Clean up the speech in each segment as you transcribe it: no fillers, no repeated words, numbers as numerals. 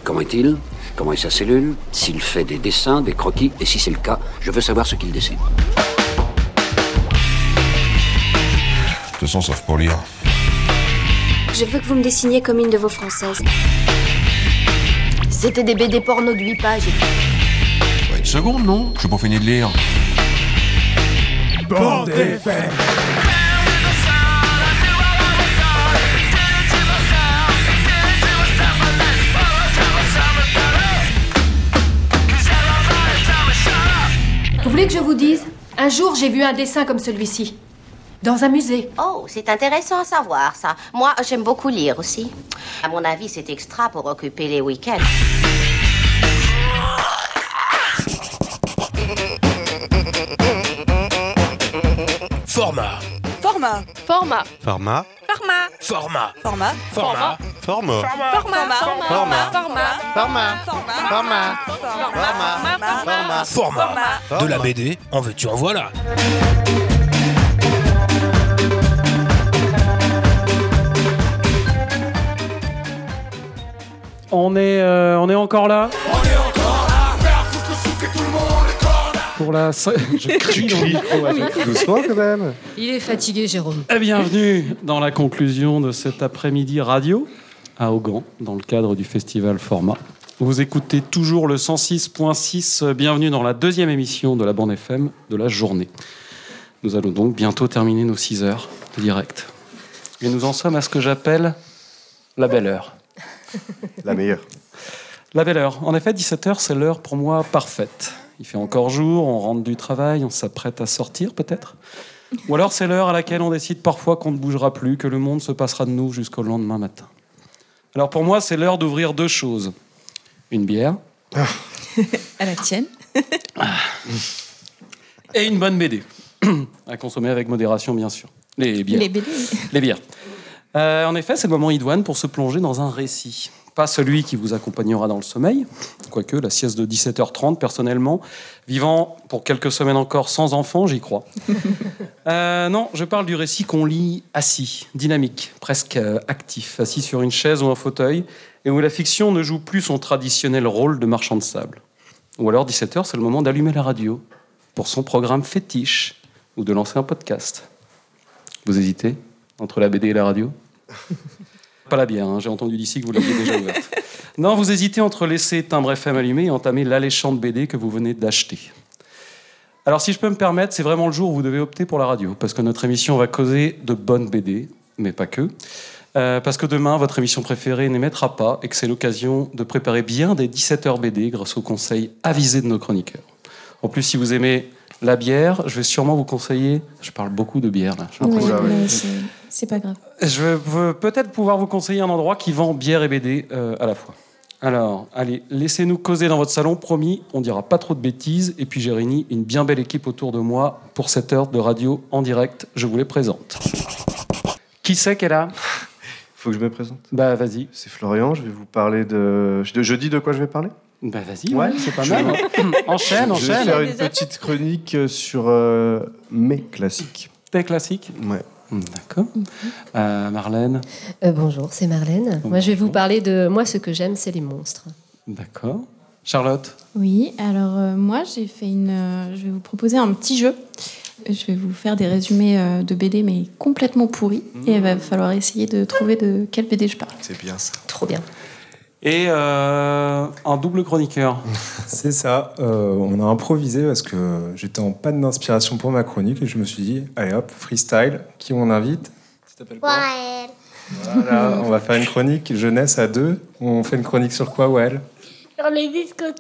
Comment est-il? Comment est sa cellule? S'il fait des dessins, des croquis, et si c'est le cas, je veux savoir ce qu'il dessine. De toute façon, sauf pour lire. Je veux que vous me dessiniez comme une de vos françaises. C'était des BD porno de 8 pages. Une seconde, non? Je suis pas fini de lire. Bande FM. Vous voulez que je vous dise? Un jour, j'ai vu un dessin comme celui-ci. Dans un musée. Oh, c'est intéressant à savoir, ça. Moi, j'aime beaucoup lire aussi. À mon avis, c'est extra pour occuper les week-ends. Format. Format. Format. Format. Format. Format. Format. Format. Format. Format. De la BD, en veux-tu, en voilà. On est encore là. Pour la... Je crie dans le micro. Doucement quand même. Il est fatigué, Jérôme. Et bienvenue dans la conclusion de cet après-midi radio à Augan, dans le cadre du festival Format. Vous écoutez toujours le 106.6. Bienvenue dans la deuxième émission de la bande FM de la journée. Nous allons donc bientôt terminer nos 6 heures de direct. Et nous en sommes à ce que j'appelle la belle heure. La meilleure. La belle heure. En effet, 17h, c'est l'heure pour moi parfaite. Il fait encore jour, on rentre du travail, on s'apprête à sortir peut-être. Ou alors c'est l'heure à laquelle on décide parfois qu'on ne bougera plus, que le monde se passera de nous jusqu'au lendemain matin. Alors pour moi, c'est l'heure d'ouvrir 2 choses. Une bière. À la tienne. Et une bonne BD. À consommer avec modération, bien sûr. Les bières. Les BD. Les bières. En effet, c'est le moment idoine pour se plonger dans un récit. Pas celui qui vous accompagnera dans le sommeil, quoique la sieste de 17h30, personnellement, vivant pour quelques semaines encore sans enfant, j'y crois. Non, je parle du récit qu'on lit assis, dynamique, presque actif, assis sur une chaise ou un fauteuil, et où la fiction ne joue plus son traditionnel rôle de marchand de sable. Ou alors 17h, c'est le moment d'allumer la radio pour son programme fétiche ou de lancer un podcast. Vous hésitez entre la BD et la radio ? Pas la bière, hein. J'ai entendu d'ici que vous l'aviez déjà ouverte. Non, vous hésitez entre laisser Timbre FM allumé et entamer l'alléchante BD que vous venez d'acheter. Alors si je peux me permettre, c'est vraiment le jour où vous devez opter pour la radio, parce que notre émission va causer de bonnes BD, mais pas que. Parce que demain, votre émission préférée n'émettra pas et que c'est l'occasion de préparer bien des 17h BD grâce aux conseils avisés de nos chroniqueurs. En plus, si vous aimez la bière, je vais sûrement vous conseiller... Je parle beaucoup de bière, là. C'est pas grave. Je veux peut-être pouvoir vous conseiller un endroit qui vend bière et BD à la fois. Alors, allez, laissez-nous causer dans votre salon, promis, on dira pas trop de bêtises. Et puis j'ai réuni une bien belle équipe autour de moi pour cette heure de radio en direct. Je vous les présente. Qui c'est qu'elle a ? Faut que je me présente. Bah, vas-y. C'est Florian, je vais vous parler de... Je dis de quoi je vais parler ? Bah, vas-y, ouais, c'est pas mal. Enchaîne. Je vais faire une petite chronique sur mes classiques. Tes classiques ? Ouais. D'accord. Marlène. Bonjour, c'est Marlène. Moi, je vais vous parler de... Moi, ce que j'aime, c'est les monstres. D'accord. Charlotte. Oui, alors moi, j'ai fait je vais vous proposer un petit jeu. Je vais vous faire des résumés de BD, mais complètement pourris. Et il va falloir essayer de trouver de quelle BD je parle. C'est bien ça. Trop bien. Et un double chroniqueur. C'est ça. On a improvisé parce que j'étais en panne d'inspiration pour ma chronique et je me suis dit, allez hop, freestyle, qui on invite ? Tu t'appelles quoi ? Wael. Voilà, on va faire une chronique jeunesse à 2. On fait une chronique sur quoi, Wael ? Sur les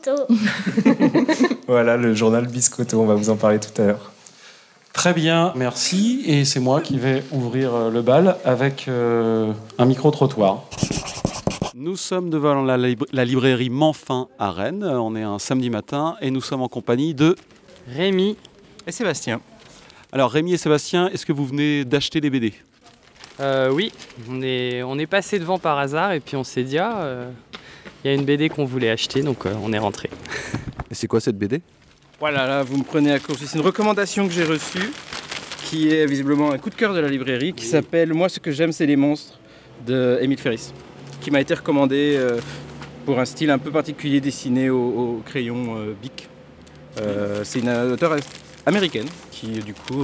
biscottos. Voilà, le journal Biscotto, on va vous en parler tout à l'heure. Très bien, merci. Et c'est moi qui vais ouvrir le bal avec un micro-trottoir. Nous sommes devant la librairie Manfin à Rennes. On est un samedi matin et nous sommes en compagnie de Rémi et Sébastien. Alors Rémi et Sébastien, est-ce que vous venez d'acheter des BD ? Oui, on est passé devant par hasard et puis on s'est dit il y a une BD qu'on voulait acheter, donc on est rentré. Et c'est quoi cette BD ? Voilà, là vous me prenez à court. C'est une recommandation que j'ai reçue qui est visiblement un coup de cœur de la librairie qui s'appelle Moi ce que j'aime c'est les monstres de Émile Ferris, qui m'a été recommandé pour un style un peu particulier dessiné au crayon Bic. C'est une auteure américaine qui, du coup,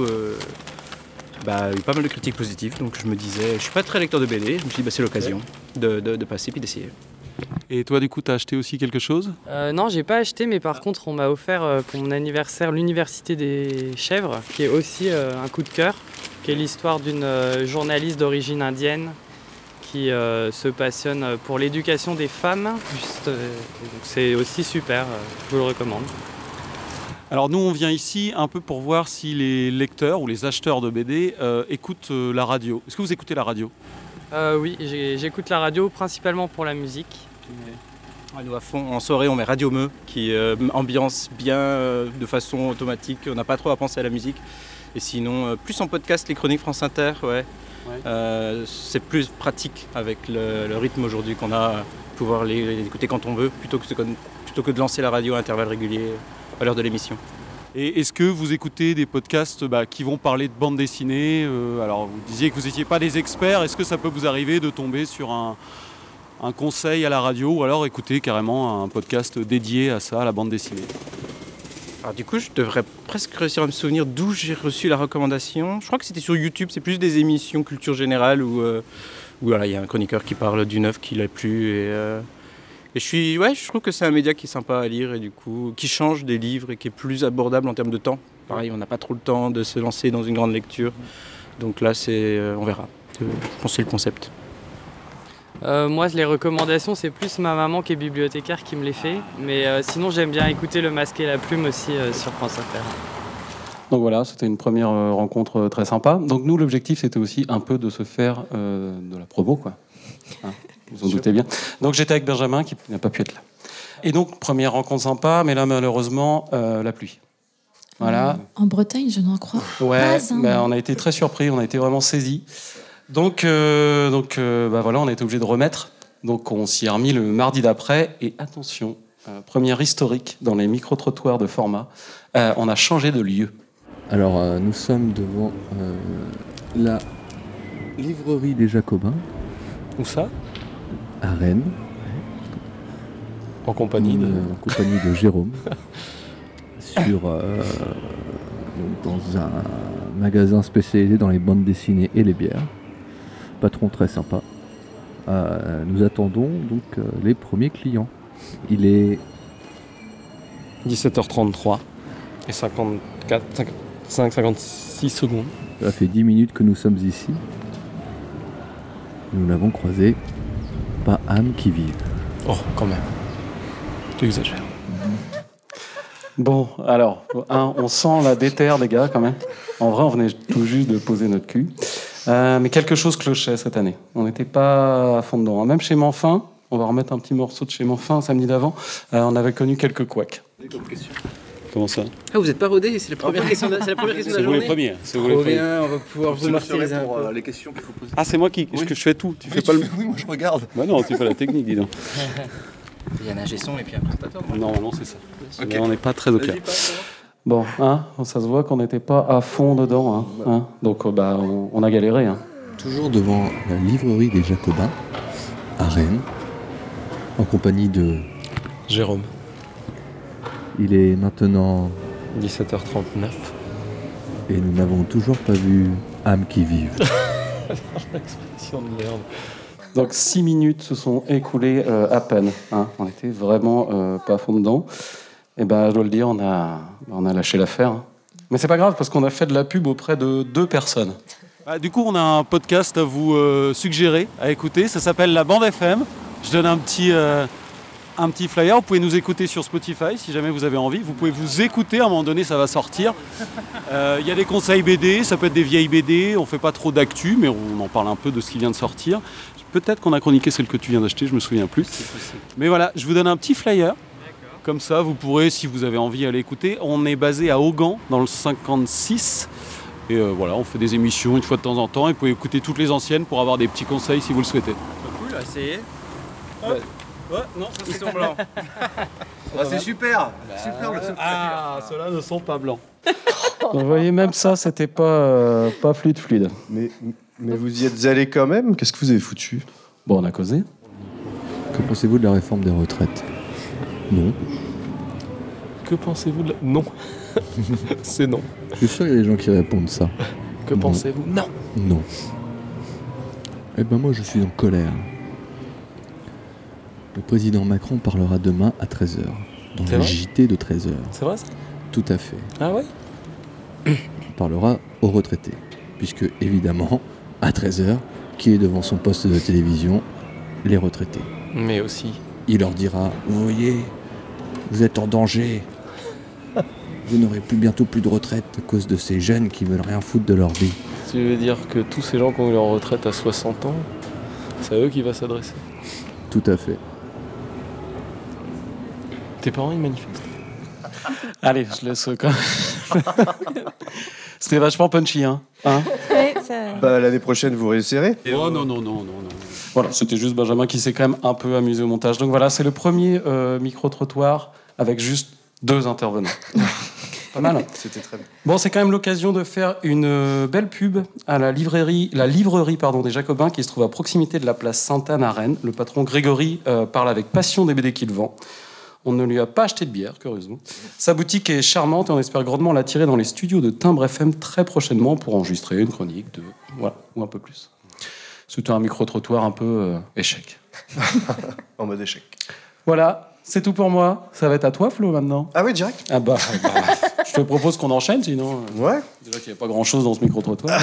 a eu pas mal de critiques positives. Donc je me disais, je suis pas très lecteur de BD, je me suis dit, c'est l'occasion de passer puis d'essayer. Et toi, du coup, t'as acheté aussi quelque chose ? Non, j'ai pas acheté, mais par contre, on m'a offert pour mon anniversaire l'Université des Chèvres, qui est aussi un coup de cœur, qui est l'histoire d'une journaliste d'origine indienne qui se passionne pour l'éducation des femmes. Donc c'est aussi super, je vous le recommande. Alors nous, on vient ici un peu pour voir si les lecteurs ou les acheteurs de BD écoutent la radio. Est-ce que vous écoutez la radio ? Oui, j'écoute la radio principalement pour la musique. Nous à fond, en soirée on met Radio Meux qui ambiance bien de façon automatique, on n'a pas trop à penser à la musique. Et sinon, plus en podcast, les chroniques France Inter, c'est plus pratique avec le rythme aujourd'hui qu'on a, pouvoir les écouter quand on veut, plutôt que de lancer la radio à intervalles réguliers à l'heure de l'émission. Et est-ce que vous écoutez des podcasts qui vont parler de bande dessinée ? Alors vous disiez que vous n'étiez pas des experts, est-ce que ça peut vous arriver de tomber sur un conseil à la radio ou alors écouter carrément un podcast dédié à ça, à la bande dessinée ? Alors du coup, je devrais presque réussir à me souvenir d'où j'ai reçu la recommandation. Je crois que c'était sur YouTube, c'est plus des émissions culture générale où il y a un chroniqueur qui parle d'une œuvre qui l'a plu et je trouve que c'est un média qui est sympa à lire et du coup qui change des livres et qui est plus abordable en termes de temps. Pareil, on n'a pas trop le temps de se lancer dans une grande lecture. Donc là, on verra. Je pense que c'est le concept. Moi, les recommandations, c'est plus ma maman qui est bibliothécaire qui me les fait. Mais sinon, j'aime bien écouter Le Masque et la Plume aussi sur France Inter. Donc voilà, c'était une première rencontre très sympa. Donc nous, l'objectif, c'était aussi un peu de se faire de la promo, quoi. Hein, vous en doutez bien. Donc j'étais avec Benjamin, qui n'a pas pu être là. Et donc, première rencontre sympa, mais là, malheureusement, la pluie. Voilà. En Bretagne, je n'en crois pas. Ouais, on a été très surpris, on a été vraiment saisis. Donc voilà, on a été obligé de remettre. Donc on s'y est remis le mardi d'après. Et attention, première historique dans les micro-trottoirs de Format, on a changé de lieu. Alors nous sommes devant la livrerie des Jacobins. Où ça ? À Rennes. En compagnie de Jérôme. Dans un magasin spécialisé dans les bandes dessinées et les bières. Patron très sympa. Nous attendons donc les premiers clients. Il est 17h33 et 56 secondes. Ça fait 10 minutes que nous sommes ici. Nous n'avons croisé pas âme qui vive. Oh, quand même. Tu exagères. Bon, alors, on sent la déterre, les gars, quand même. En vrai, on venait tout juste de poser notre cul. Mais quelque chose clochait cette année. On n'était pas à fond dedans. Même chez Manfin, on va remettre un petit morceau de chez Manfin samedi d'avant, on avait connu quelques couacs. Comment ça ? Ah, vous n'êtes pas rodés, c'est la première question de la journée. C'est vous les premiers. C'est vous les premiers. On va pouvoir vous marquer les pour les questions qu'il faut poser. Ah, c'est moi qui je fais tout. Tu fais pas le. Oui, moi je regarde. Bah non, tu fais la technique, dis donc. Il y a un ingé son et puis un présentateur. Normalement, c'est ça. Okay. On n'est pas très au clair. Bon, ça se voit qu'on n'était pas à fond dedans. Donc, on a galéré. Toujours devant la livrerie des Jacobins, à Rennes, en compagnie de Jérôme. Il est maintenant 17h39. Et nous n'avons toujours pas vu âme qui vive. L'expression de merde. Donc 6 minutes se sont écoulées à peine. On était vraiment pas à fond dedans. Et je dois le dire, on a lâché l'affaire. Mais c'est pas grave parce qu'on a fait de la pub auprès de 2 personnes. Du coup, on a un podcast à vous suggérer, à écouter. Ça s'appelle La Bande FM. Je donne un petit flyer. Vous pouvez nous écouter sur Spotify si jamais vous avez envie. Vous pouvez vous écouter. À un moment donné, ça va sortir. Il y a des conseils BD. Ça peut être des vieilles BD. On fait pas trop d'actu, mais on en parle un peu de ce qui vient de sortir. Peut-être qu'on a chroniqué celle que tu viens d'acheter. Je me souviens plus. Mais voilà, je vous donne un petit flyer. Comme ça, vous pourrez, si vous avez envie, aller écouter. On est basé à Augan, dans le 56. Et voilà, on fait des émissions une fois de temps en temps. Et vous pouvez écouter toutes les anciennes pour avoir des petits conseils si vous le souhaitez. Cool, essayez. Ouais, non, ils sont blancs. C'est super. Super le ceux-là ne sont pas blancs. Vous voyez, même ça, c'était pas fluide. Mais vous y êtes allé quand même ? Qu'est-ce que vous avez foutu ? Bon, on a causé. Que pensez-vous de la réforme des retraites? Non. Que pensez-vous de la... Non. C'est non. Je suis sûr qu'il y a des gens qui répondent ça. Que pensez-vous? Non. Non. Eh ben moi je suis en colère. Le président Macron parlera demain à 13h. Dans C'est le vrai JT de 13h. C'est vrai ça? Tout à fait. Ah ouais? On parlera aux retraités. Puisque évidemment, à 13h, qui est devant son poste de télévision? Les retraités. Mais aussi. Il leur dira, vous voyez, vous êtes en danger. Vous n'aurez bientôt plus de retraite à cause de ces jeunes qui veulent rien foutre de leur vie. Tu veux dire que tous ces gens qui ont eu leur retraite à 60 ans, c'est à eux qu'il va s'adresser? Tout à fait. Tes parents, ils manifestent? Allez, je laisse quand même. C'était vachement punchy, hein. Bah, l'année prochaine, vous réussirez. Oh non. Voilà, c'était juste Benjamin qui s'est quand même un peu amusé au montage. Donc voilà, c'est le premier micro-trottoir avec juste 2 intervenants. Pas mal. C'était très bien. Bon, c'est quand même l'occasion de faire une belle pub à la livrerie des Jacobins qui se trouve à proximité de la place Sainte-Anne à Rennes. Le patron Grégory parle avec passion des BD qu'il vend. On ne lui a pas acheté de bière, curieusement. Sa boutique est charmante et on espère grandement l'attirer dans les studios de Timbre FM très prochainement pour enregistrer une chronique ou un peu plus. C'était un micro-trottoir un peu échec. En mode échec. Voilà, c'est tout pour moi. Ça va être à toi, Flo, maintenant. Ah oui, direct. Ah bah, je te propose qu'on enchaîne, sinon... Ouais. Déjà qu'il n'y a pas grand-chose dans ce micro-trottoir.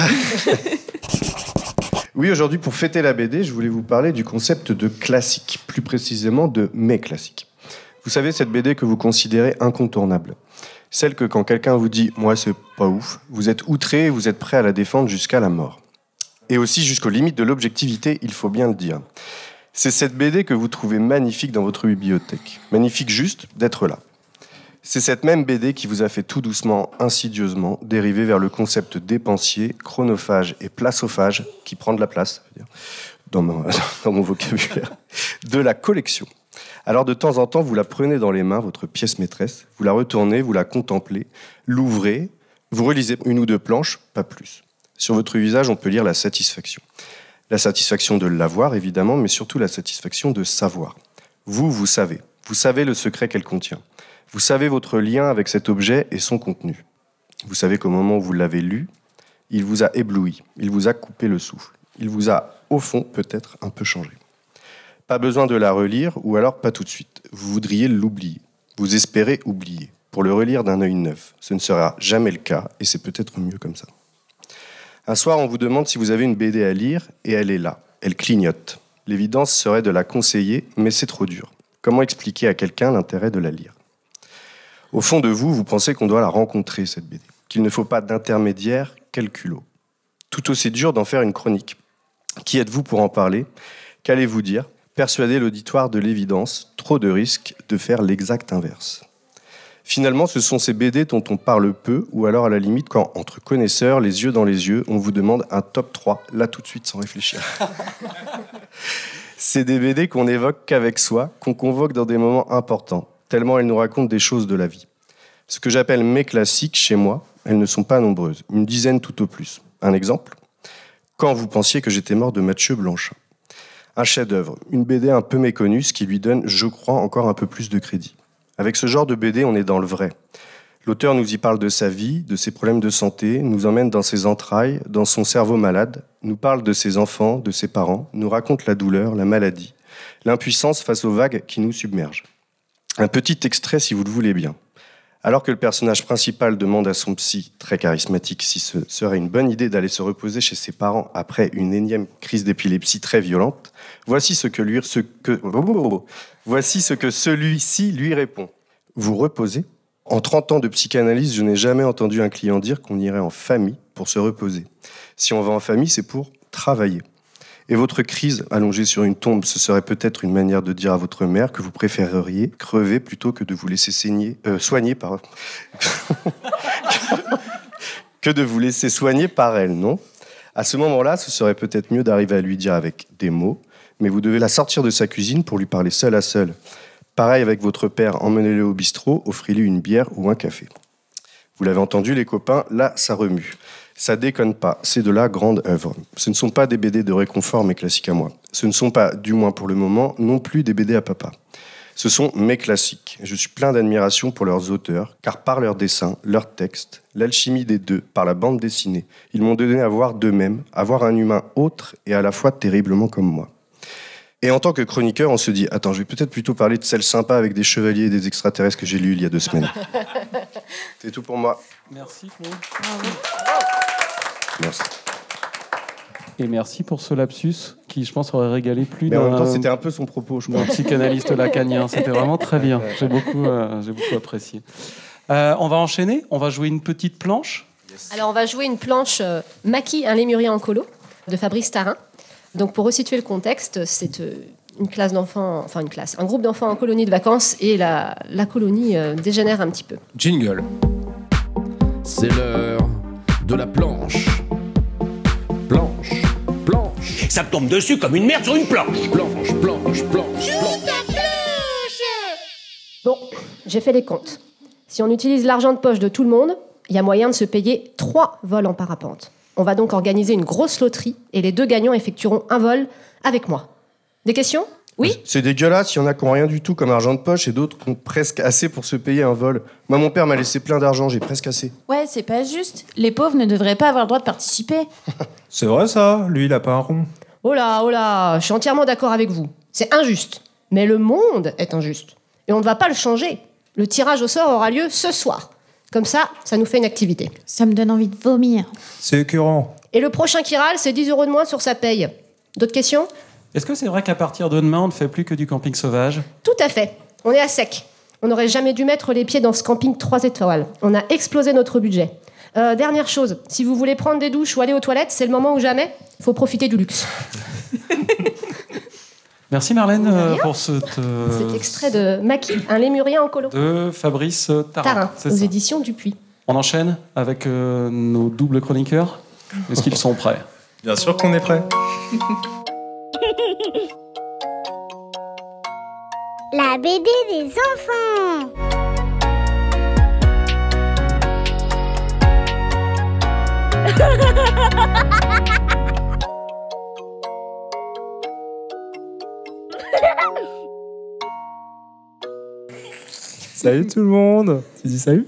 Oui, aujourd'hui, pour fêter la BD, je voulais vous parler du concept de classique, plus précisément de mes classiques. Vous savez, cette BD que vous considérez incontournable. Celle que quand quelqu'un vous dit « moi, c'est pas ouf », vous êtes outré et vous êtes prêt à la défendre jusqu'à la mort. Et aussi jusqu'aux limites de l'objectivité, il faut bien le dire. C'est cette BD que vous trouvez magnifique dans votre bibliothèque. Magnifique juste d'être là. C'est cette même BD qui vous a fait tout doucement, insidieusement, dériver vers le concept dépensier, chronophage et plaçophage, qui prend de la place, dans mon vocabulaire, de la collection. Alors de temps en temps, vous la prenez dans les mains, votre pièce maîtresse, vous la retournez, vous la contemplez, l'ouvrez, vous relisez 1 ou 2 planches, pas plus. Sur votre visage, on peut lire la satisfaction. La satisfaction de l'avoir, évidemment, mais surtout la satisfaction de savoir. Vous savez le secret qu'elle contient. Vous savez votre lien avec cet objet et son contenu. Vous savez qu'au moment où vous l'avez lu, il vous a ébloui, il vous a coupé le souffle. Il vous a, au fond, peut-être un peu changé. Pas besoin de la relire, ou alors pas tout de suite. Vous voudriez l'oublier. Vous espérez oublier, pour le relire d'un œil neuf. Ce ne sera jamais le cas, et c'est peut-être mieux comme ça. Un soir, on vous demande si vous avez une BD à lire, et elle est là. Elle clignote. L'évidence serait de la conseiller, mais c'est trop dur. Comment expliquer à quelqu'un l'intérêt de la lire? Au fond de vous, vous pensez qu'on doit la rencontrer, cette BD. Qu'il ne faut pas d'intermédiaire, quel culot. Tout aussi dur d'en faire une chronique. Qui êtes-vous pour en parler? Qu'allez-vous dire? Persuader l'auditoire de l'évidence, trop de risques de faire l'exact inverse. Finalement, ce sont ces BD dont on parle peu, ou alors à la limite, quand, entre connaisseurs, les yeux dans les yeux, on vous demande un top 3, là tout de suite, sans réfléchir. C'est des BD qu'on évoque qu'avec soi, qu'on convoque dans des moments importants, tellement elles nous racontent des choses de la vie. Ce que j'appelle mes classiques, chez moi, elles ne sont pas nombreuses, une dizaine tout au plus. Un exemple? Quand vous pensiez que j'étais mort de Mathieu Blanchin. Un chef-d'œuvre, une BD un peu méconnue, ce qui lui donne, je crois, encore un peu plus de crédit. Avec ce genre de BD, on est dans le vrai. L'auteur nous y parle de sa vie, de ses problèmes de santé, nous emmène dans ses entrailles, dans son cerveau malade, nous parle de ses enfants, de ses parents, nous raconte la douleur, la maladie, l'impuissance face aux vagues qui nous submergent. Un petit extrait si vous le voulez bien. Alors que le personnage principal demande à son psy, très charismatique, si ce serait une bonne idée d'aller se reposer chez ses parents après une énième crise d'épilepsie très violente, voici ce que celui-ci lui répond. Vous reposez? En 30 ans de psychanalyse, je n'ai jamais entendu un client dire qu'on irait en famille pour se reposer. Si on va en famille, c'est pour travailler. Et votre crise allongée sur une tombe, ce serait peut-être une manière de dire à votre mère que vous préféreriez crever plutôt que de vous laisser soigner par... que de vous laisser soigner par elle, non? À ce moment-là, ce serait peut-être mieux d'arriver à lui dire avec des mots, mais vous devez la sortir de sa cuisine pour lui parler seul à seul. Pareil avec votre père, emmenez-le au bistrot, offrez-lui une bière ou un café. Vous l'avez entendu, les copains, là, ça remue. Ça déconne pas, c'est de la grande œuvre. Ce ne sont pas des BD de réconfort, mes classiques à moi. Ce ne sont pas, du moins pour le moment, non plus des BD à papa. Ce sont mes classiques. Je suis plein d'admiration pour leurs auteurs, car par leurs dessins, leurs textes, l'alchimie des deux, par la bande dessinée, ils m'ont donné à voir d'eux-mêmes, à voir un humain autre et à la fois terriblement comme moi. Et en tant que chroniqueur, on se dit, attends, je vais peut-être plutôt parler de celles sympas avec des chevaliers et des extraterrestres que j'ai lus il y a 2 semaines. C'est tout pour moi. Merci Claude. Merci. Et merci pour ce lapsus qui, je pense, aurait régalé plus Mais en même temps, d'un c'était un peu son propos, je crois. psychanalyste lacanien. C'était vraiment très bien. J'ai beaucoup apprécié. On va enchaîner. On va jouer une petite planche. Alors, on va jouer une planche Maki, un lémurien en colo, de Fabrice Tarin. Donc, pour resituer le contexte, c'est une classe d'enfants, un groupe d'enfants en colonie de vacances, et la colonie dégénère un petit peu. Jingle. C'est l'heure de la planche. Planche, planche. Ça tombe dessus comme une merde sur une planche. Planche, planche, planche. Bon, j'ai fait les comptes. Si on utilise l'argent de poche de tout le monde, il y a moyen de se payer 3 vols en parapente. On va donc organiser une grosse loterie et les 2 gagnants effectueront un vol avec moi. Des questions ? Oui ? C'est dégueulasse, il y en a qui n'ont rien du tout comme argent de poche et d'autres qui ont presque assez pour se payer un vol. Moi, mon père m'a laissé plein d'argent, j'ai presque assez. Ouais, c'est pas juste. Les pauvres ne devraient pas avoir le droit de participer. C'est vrai ça, lui il a pas un rond. Oh là, je suis entièrement d'accord avec vous. C'est injuste. Mais le monde est injuste. Et on ne va pas le changer. Le tirage au sort aura lieu ce soir. Comme ça nous fait une activité. Ça me donne envie de vomir. C'est écœurant. Et le prochain qui râle, c'est 10 € de moins sur sa paye. D'autres questions ? Est-ce que c'est vrai qu'à partir de demain, on ne fait plus que du camping sauvage ? Tout à fait. On est à sec. On n'aurait jamais dû mettre les pieds dans ce camping 3 étoiles. On a explosé notre budget. Dernière chose, si vous voulez prendre des douches ou aller aux toilettes, c'est le moment ou jamais. Il faut profiter du luxe. Merci Marlène pour cet extrait de Maki, un lémurien en colo. de Fabrice Tarin. C'est aux ça. éditions Dupuis. On enchaîne avec nos doubles chroniqueurs. Est-ce qu'ils sont prêts ? Bien sûr qu'on est prêts. La BD des enfants. Salut tout le monde. Tu dis salut?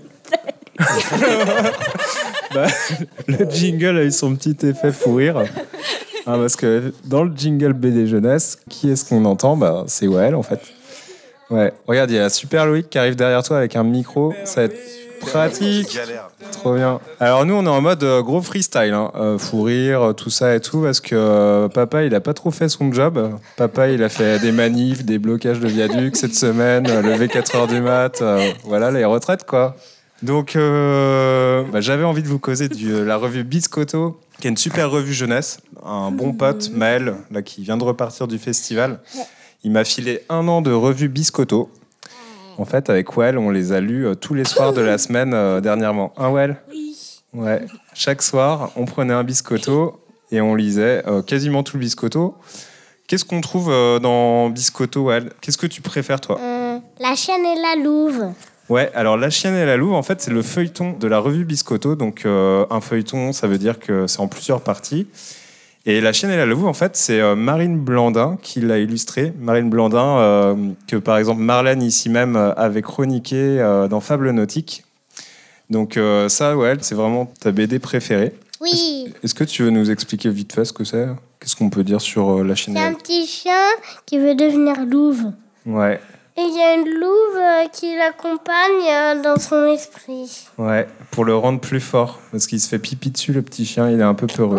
Bah, le jingle a eu son petit effet fou rire. Parce que dans le jingle BD Jeunesse, qui est-ce qu'on entend? C'est Wael en fait. Ouais. Regarde, il y a Super Loïc qui arrive derrière toi avec un micro. Ça va être pratique. Trop bien. Alors nous, on est en mode gros freestyle. Fou rire, tout ça et tout. Parce que papa, il a pas trop fait son job. Papa, il a fait des manifs, des blocages de viaducs cette semaine, levé 4h du mat. Voilà, les retraites quoi. Donc, j'avais envie de vous causer de la revue Biscotto, qui est une super revue jeunesse. Un bon pote, Maël, là, qui vient de repartir du festival, il m'a filé 1 an de revue Biscotto. En fait, avec Well, on les a lus tous les soirs de la semaine dernièrement. Well? Oui. Ouais. Chaque soir, on prenait un Biscotto et on lisait quasiment tout le Biscotto. Qu'est-ce qu'on trouve dans Biscotto, Well? Qu'est-ce que tu préfères, toi? La chienne et la louve. Ouais, alors La chienne et la louve, en fait, c'est le feuilleton de la revue Biscotto. Donc, un feuilleton, ça veut dire que c'est en plusieurs parties. Et La chienne et la louve, en fait, c'est Marine Blandin qui l'a illustré. Marine Blandin, que par exemple Marlène, ici même, avait chroniqué dans Fables nautiques. Donc, ça, ouais, c'est vraiment ta BD préférée. Oui. Est-ce que tu veux nous expliquer vite fait ce que c'est? Qu'est-ce qu'on peut dire sur La chienne et la C'est un louve? petit chien qui veut devenir louve. Ouais. Et il y a une louve qui l'accompagne dans son esprit. Ouais, pour le rendre plus fort. Parce qu'il se fait pipi dessus, le petit chien, il est un peu peureux.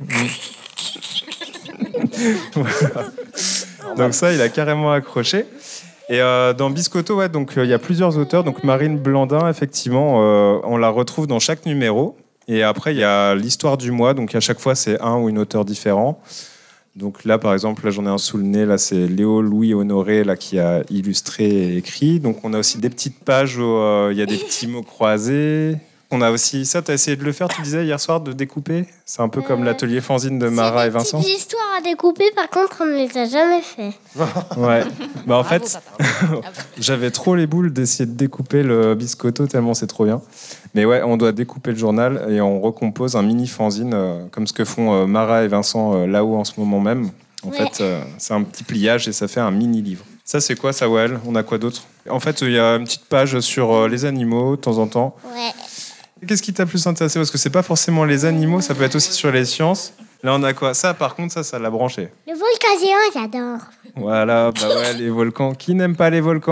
Voilà. Donc ça, il a carrément accroché. Et dans Biscotto, ouais, donc il y a plusieurs auteurs. Donc Marine Blandin, effectivement, on la retrouve dans chaque numéro. Et après, il y a l'histoire du mois. Donc à chaque fois, c'est un ou une auteur différent. Donc là, par exemple, là, j'en ai un sous le nez. Là, c'est Léo Louis Honoré là, qui a illustré et écrit. Donc on a aussi des petites pages où il y a des petits mots croisés. On a aussi ça, t'as essayé de le faire, tu disais hier soir, de découper. C'est un peu comme l'atelier fanzine de Mara et Vincent. Des histoires à découper, par contre, on ne les a jamais fait. Ouais. Bah en fait, j'avais trop les boules d'essayer de découper le biscotto tellement c'est trop bien. Mais ouais, on doit découper le journal et on recompose un mini fanzine comme ce que font Mara et Vincent là-haut en ce moment même. En fait, c'est un petit pliage et ça fait un mini livre. Ça, c'est quoi ça, Wael ? On a quoi d'autre ? En fait, il y a une petite page sur les animaux de temps en temps. Ouais. Qu'est-ce qui t'a plus intéressé ? Parce que c'est pas forcément les animaux, ça peut être aussi sur les sciences. Là, on a quoi ? Ça, par contre, ça l'a branché. Le volcan géant, j'adore. Voilà, bah ouais, les volcans. Qui n'aime pas les volcans ?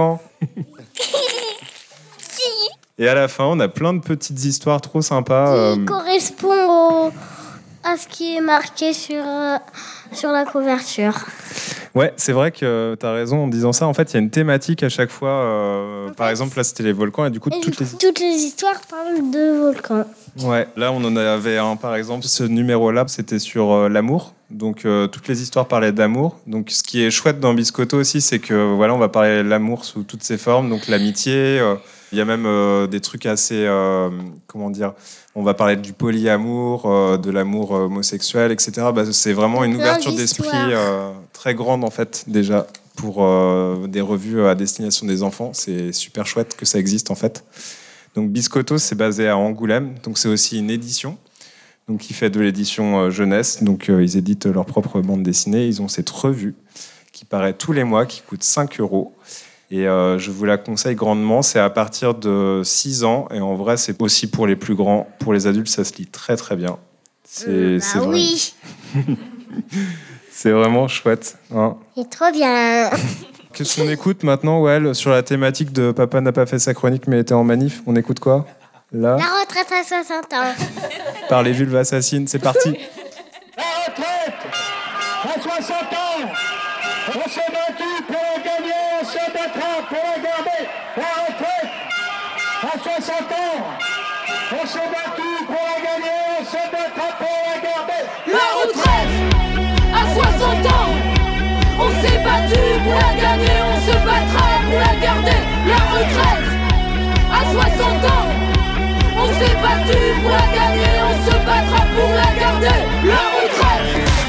Et à la fin, on a plein de petites histoires trop sympas. Qui correspondent à ce qui est marqué sur la couverture. Ouais, c'est vrai que tu as raison en disant ça. En fait, il y a une thématique à chaque fois. Par exemple, là, c'était les volcans. Et du coup, toutes les histoires parlent de volcans. Ouais, là, on en avait un, par exemple. Ce numéro-là, c'était sur l'amour. Donc, toutes les histoires parlaient d'amour. Donc, ce qui est chouette dans Biscotto aussi, c'est que, voilà, on va parler de l'amour sous toutes ses formes. Donc, l'amitié. Il y a même des trucs assez... comment dire ? On va parler du polyamour, de l'amour homosexuel, etc. Bah, c'est vraiment une ouverture d'esprit très grande, en fait, déjà, pour des revues à destination des enfants. C'est super chouette que ça existe, en fait. Donc, Biscotto, c'est basé à Angoulême. Donc, c'est aussi une édition. Donc, il fait de l'édition jeunesse. Donc, ils éditent leur propre bande dessinée. Ils ont cette revue qui paraît tous les mois, qui coûte 5 €. Et je vous la conseille grandement. C'est à partir de 6 ans. Et en vrai, c'est aussi pour les plus grands. Pour les adultes, ça se lit très, très bien. C'est oui. C'est vraiment chouette. Hein. C'est trop bien. Qu'est-ce qu'on écoute maintenant, Well, sur la thématique de Papa n'a pas fait sa chronique mais était en manif? On écoute quoi? Là, la retraite à 60 ans. Par les vulves assassines. C'est parti. La retraite à 60 ans. On s'est battu pour la gagner, on se battra pour la garder. La retraite à 60 ans. On s'est battu pour la gagner, on se battra pour la garder. La retraite à 60 ans. On s'est battu pour la gagner, on se battra pour la garder. La retraite à 60 ans. On s'est battu pour la gagner, on se battra pour la garder. La retraite.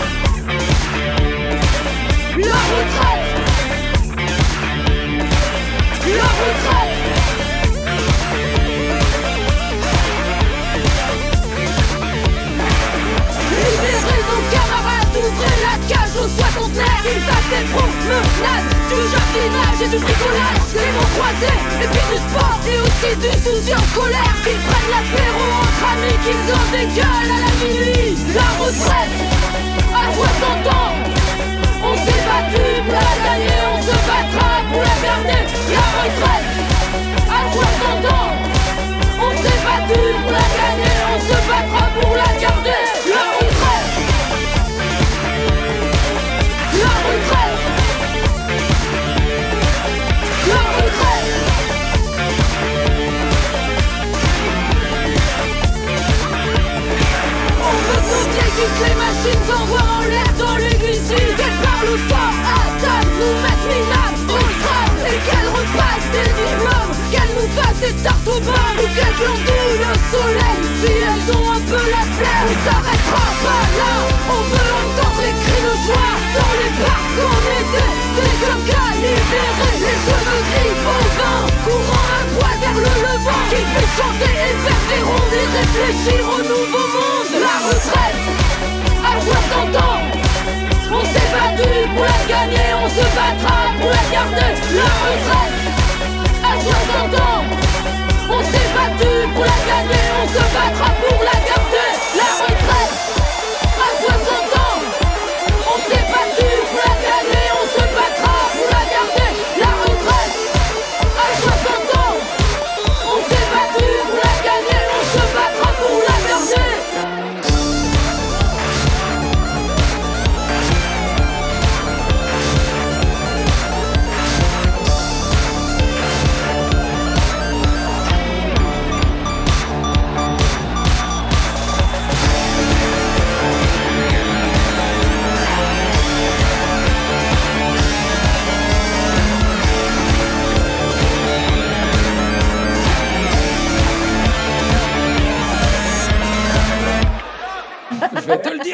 La retraite. La retraite. Libérez nos camarades, ouvrez la cage aux soixantenaires. Qu'ils fassent des promenades, du jardinage et du bricolage, des mots croisés et puis du sport et aussi du souci en colère. Qu'ils prennent l'apéro entre amis, qu'ils en dégueulent à la minuit. La retraite à 60 ans. On s'est battu pour la gagner, on se battra pour la garder. La retraite à 60 ans. On s'est battu pour la gagner, on se battra pour la garder. La retraite. La retraite. La retraite. On veut sauter, que les machines s'envoient en l'air dans l'aiguille. Qu'elles parlent fort à table, nous mettent minables au crâne. Et qu'elles repassent des diplômes, qu'elles nous fassent des tartes aux pommes. Ou qu'elles glandouillent le soleil, si elles ont un peu la flemme. On s'arrêtera pas là, on veut entendre les cris de joie. Dans les parcs en été, des cocas libérés. Les cheveux gris bovins, courant à poil vers le levant. Qui fait chanter et faire des rondes et réfléchir au nouveau monde. La retraite à 60 ans. On s'est battu pour la gagner, on se battra pour la garder. La retraite à 60 ans. On s'est battu pour la gagner, on se battra pour la garder. La retraite à 60 ans. On s'est battu pour la gagner, on se battra pour la garder. La retraite à 60 ans. On s'est battu pour la gagner, on se battra pour la garder.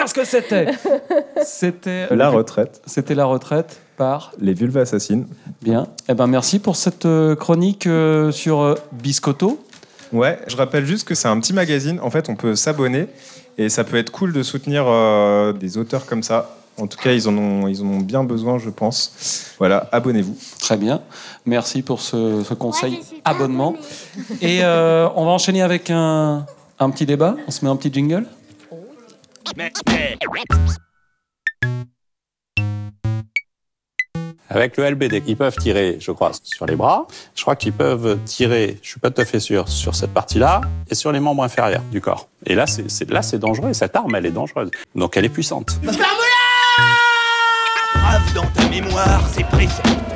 dire ce que c'était. C'était La retraite. C'était la retraite par Les Vulves Assassines. Bien. Eh ben merci pour cette chronique sur Biscotto. Ouais, je rappelle juste que c'est un petit magazine. En fait, on peut s'abonner et ça peut être cool de soutenir des auteurs comme ça. En tout cas, ils en ont bien besoin, je pense. Voilà, abonnez-vous. Très bien. Merci pour ce conseil abonnement. Et on va enchaîner avec un petit débat. On se met un petit jingle. Avec le LBD, ils peuvent tirer, je crois, sur les bras. Je crois qu'ils peuvent tirer, je suis pas tout à fait sûr, sur cette partie-là et sur les membres inférieurs du corps. Et là, c'est dangereux. Cette arme, elle est dangereuse. Donc, elle est puissante. Ferme-la! Grave dans ta mémoire, c'est précis.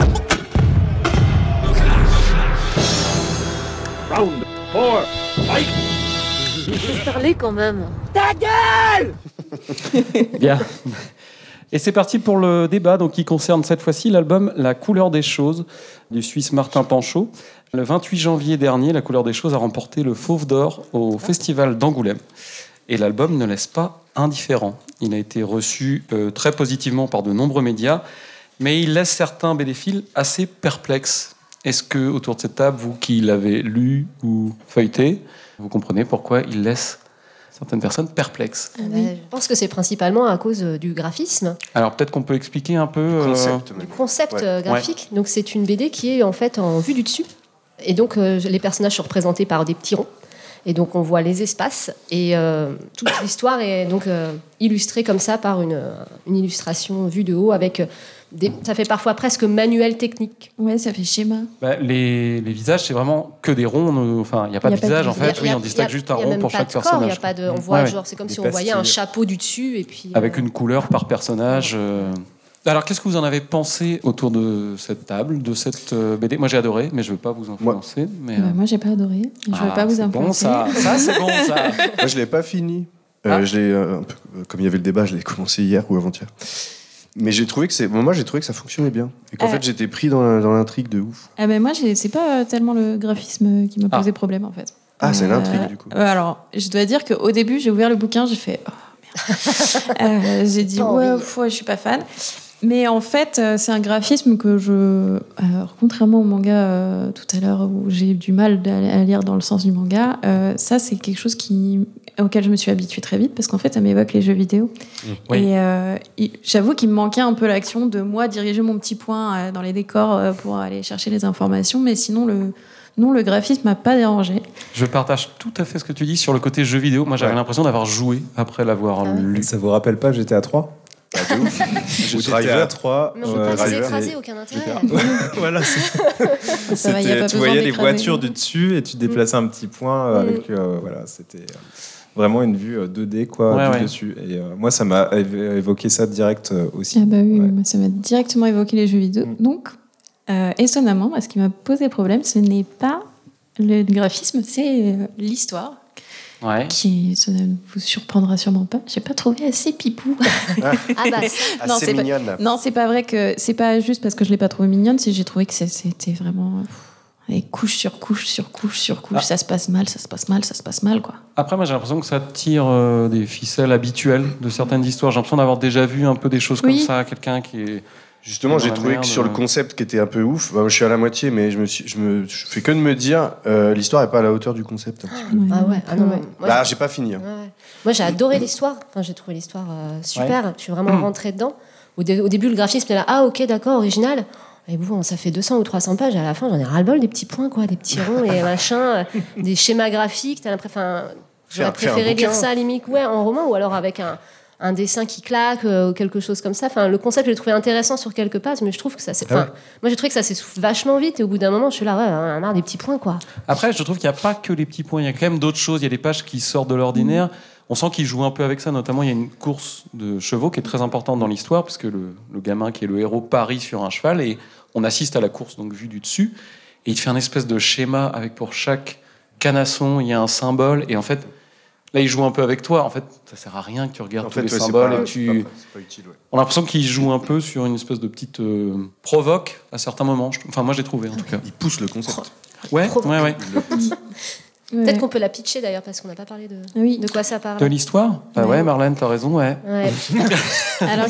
Round 4, fight! Laisse parler quand même. Ta gueule! Bien. Et c'est parti pour le débat donc, qui concerne cette fois-ci l'album La couleur des choses du Suisse Martin Panchaud. Le 28 janvier dernier, La couleur des choses a remporté le Fauve d'Or au Festival d'Angoulême. Et l'album ne laisse pas indifférent. Il a été reçu très positivement par de nombreux médias, mais il laisse certains bédéphiles assez perplexes. Est-ce que, autour de cette table, vous qui l'avez lu ou feuilleté, vous comprenez pourquoi il laisse certaines personnes perplexes? Je pense que c'est principalement à cause du graphisme. Alors peut-être qu'on peut expliquer un peu... Du concept Ouais. graphique. Donc c'est une BD qui est en fait en vue du dessus. Et donc les personnages sont représentés par des petits ronds. Et donc on voit les espaces. Et toute l'histoire est donc illustrée comme ça par une illustration vue de haut avec... ça fait parfois presque manuel technique. Ouais, ça fait schéma. Les visages, c'est vraiment que des ronds. Enfin, il n'y a pas de visage, en fait. Oui, on distingue juste un rond pour chaque personnage. Il y a pas de, on voit genre, c'est comme si on voyait un chapeau du dessus et puis. Avec une couleur par personnage. Alors, qu'est-ce que vous en avez pensé autour de cette table, de cette BD? Moi, j'ai adoré, mais je ne veux pas vous influencer. Moi, j'ai pas adoré. Je ne veux pas vous influencer. Bon, ça c'est bon, ça. Moi, je l'ai pas fini. Je l'ai un peu, comme il y avait le débat, je l'ai commencé hier ou avant-hier. Mais j'ai trouvé que ça fonctionnait bien et qu'en fait j'étais pris dans l'intrigue de ouf. Moi, c'est pas tellement le graphisme qui m'a posé problème en fait. Ah, c'est l'intrigue du coup. Alors, je dois dire qu'au début, j'ai ouvert le bouquin, j'ai fait merde. J'ai dit je suis pas fan. Mais en fait, c'est un graphisme que contrairement au manga tout à l'heure où j'ai eu du mal à lire dans le sens du manga, ça c'est quelque chose auquel je me suis habituée très vite parce qu'en fait ça m'évoque les jeux vidéo. Oui. Et j'avoue qu'il me manquait un peu l'action de moi diriger mon petit poing dans les décors pour aller chercher les informations, mais sinon le graphisme m'a pas dérangé. Je partage tout à fait ce que tu dis sur le côté jeu vidéo. Moi j'avais l'impression d'avoir joué après l'avoir lu. Ça vous rappelle pas GTA 3? Ou Driver 3. Mais on peut pas s'écraser, aucun intérêt. Voilà, ça va, y a pas tu besoin voyais les d'écraser. voitures du dessus et tu déplaçais un petit point avec voilà, c'était vraiment une vue 2D quoi du dessus. Et moi ça m'a évoqué ça direct aussi. Ah bah oui, moi, ça m'a directement évoqué les jeux vidéo. Donc étonnamment, moi, ce qui m'a posé problème, ce n'est pas le graphisme, c'est l'histoire. Qui, ça ne vous surprendra sûrement pas. J'ai pas trouvé assez pipou. Non, c'est mignonne. Non, c'est pas vrai que c'est pas juste parce que je l'ai pas trouvé mignonne. C'est j'ai trouvé que c'était vraiment avec couche sur couche sur couche sur couche. Ça se passe mal, ça se passe mal, ça se passe mal quoi. Après, moi, j'ai l'impression que ça tire des ficelles habituelles de certaines histoires. J'ai l'impression d'avoir déjà vu un peu des choses comme ça. Quelqu'un qui est Justement, j'ai trouvé que sur le concept qui était un peu ouf, je suis à la moitié, mais je fais que de me dire l'histoire est pas à la hauteur du concept. Un petit peu. Non, mais moi, j'ai pas fini. Moi, j'ai adoré l'histoire. Enfin, j'ai trouvé l'histoire super. Je suis vraiment rentrée dedans. Au début, le graphisme est là. Ok, d'accord, original. Et bon, ça fait 200 ou 300 pages. À la fin, j'en ai ras-le-bol des petits points, quoi, des petits ronds et machin, des schémas graphiques. J'aurais préféré lire ça à la limite, en roman, ou alors avec un dessin qui claque ou quelque chose comme ça. Enfin, le concept, je l'ai trouvé intéressant sur quelques pages, mais je trouve que ça moi, j'ai trouvé que ça s'essouffle vachement vite et au bout d'un moment, je suis là, on a marre des petits points, quoi. Après, je trouve qu'il n'y a pas que les petits points, il y a quand même d'autres choses. Il y a des pages qui sortent de l'ordinaire. On sent qu'il joue un peu avec ça, notamment il y a une course de chevaux qui est très importante dans l'histoire, puisque le gamin qui est le héros parie sur un cheval et on assiste à la course donc vue du dessus. Et il fait un espèce de schéma avec pour chaque canasson, il y a un symbole. Et en fait, là, il joue un peu avec toi. En fait, ça sert à rien que tu regardes tous les symboles et tu. C'est pas utile, On a l'impression qu'il joue un peu sur une espèce de petite provoque à certains moments. Enfin, moi, j'ai trouvé en tout cas. Il pousse le concept. Ouais. Peut-être qu'on peut la pitcher d'ailleurs, parce qu'on n'a pas parlé de quoi ça parle. De l'histoire ? Bah ouais, Marlène, t'as raison, ouais. Alors,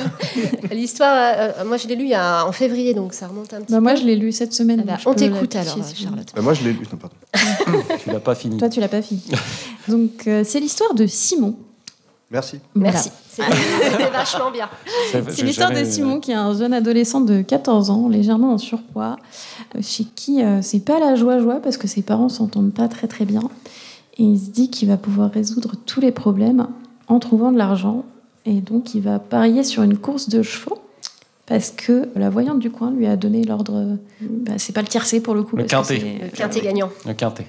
l'histoire, moi je l'ai lu en février, donc ça remonte un petit peu. Moi, je l'ai lu cette semaine. On t'écoute alors, Charlotte. Moi, je l'ai lu. Non, pardon. Tu l'as pas fini. Toi, tu l'as pas fini. Donc, c'est l'histoire de Simon. Merci. Merci. C'était vachement bien. C'est l'histoire de Simon, qui est un jeune adolescent de 14 ans, légèrement en surpoids, chez qui c'est pas la joie parce que ses parents s'entendent pas très très bien. Et il se dit qu'il va pouvoir résoudre tous les problèmes en trouvant de l'argent. Et donc il va parier sur une course de chevaux parce que la voyante du coin lui a donné l'ordre. C'est pas le tiercé pour le coup. Le quintet. Le quintet gagnant. Le quintet.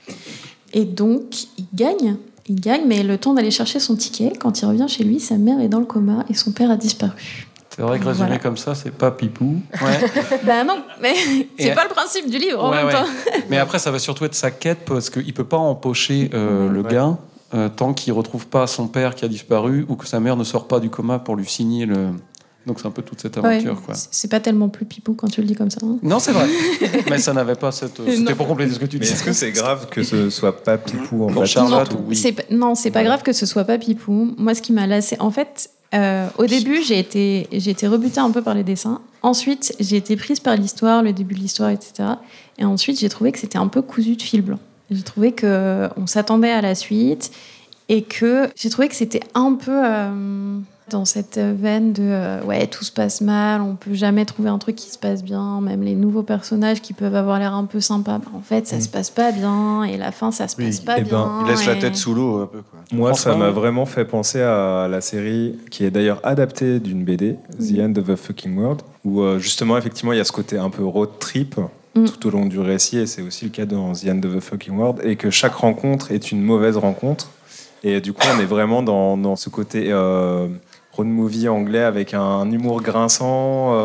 Et donc il gagne, mais le temps d'aller chercher son ticket, quand il revient chez lui, sa mère est dans le coma et son père a disparu. C'est vrai que résumé comme ça, c'est pas pipou. Ouais. Non, mais c'est pas le principe du livre en même temps. Mais après, ça va surtout être sa quête parce qu'il peut pas empocher le gain tant qu'il retrouve pas son père qui a disparu ou que sa mère ne sort pas du coma pour lui signer le. Donc c'est un peu toute cette aventure. Quoi. C'est pas tellement plus pipou quand tu le dis comme ça. Hein. Non, c'est vrai. Mais ça n'avait pas cette. C'était pour compléter ce que tu dis. Mais est-ce que c'est grave que ce soit pas pipou en fait Charlotte, oui. C'est pas grave que ce soit pas pipou. Moi, ce qui m'a lassé, en fait, au début, j'ai été rebutée un peu par les dessins. Ensuite, j'ai été prise par l'histoire, le début de l'histoire, etc. Et ensuite, j'ai trouvé que c'était un peu cousu de fil blanc. J'ai trouvé qu'on s'attendait à la suite et que j'ai trouvé que c'était un peu dans cette veine de tout se passe mal, on peut jamais trouver un truc qui se passe bien, même les nouveaux personnages qui peuvent avoir l'air un peu sympas, en fait ça se passe pas bien et la fin ça se passe pas bien. Il laisse la tête sous l'eau un peu quoi. Moi ça m'a vraiment fait penser à la série qui est d'ailleurs adaptée d'une BD, The End of the Fucking World, où justement effectivement il y a ce côté un peu road trip tout au long du récit, et c'est aussi le cas dans The End of the Fucking World, et que chaque rencontre est une mauvaise rencontre, et du coup on est vraiment dans ce côté road movie anglais avec un humour grinçant.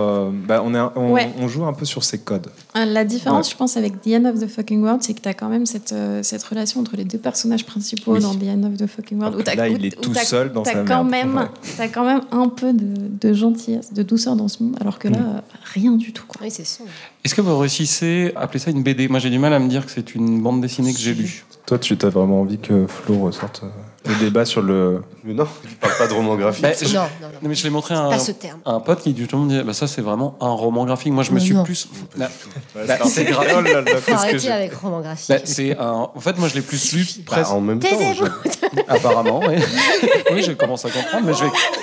On joue un peu sur ces codes. La différence, je pense, avec The End of the Fucking World, c'est que tu as quand même cette relation entre les deux personnages principaux dans The End of the Fucking World. Il est tout seul dans sa merde. T'as quand même un peu de gentillesse, de douceur dans ce monde, alors que là, rien du tout. Quoi. Oui, c'est sombre. Est-ce que vous réussissez à appeler ça une BD ? Moi, j'ai du mal à me dire que c'est une bande dessinée que j'ai lue. Toi, tu as vraiment envie que Flo ressorte le débat sur le... Mais non, il parle pas de roman graphique. Non. Mais je l'ai montré à un pote qui justement me disait ça c'est vraiment un roman graphique. Moi je me suis plus. C'est grave. Faut arrêter avec roman graphique. En fait moi je l'ai plus lu presque. En même temps. Apparemment, oui. Oui, je commence à comprendre, mais je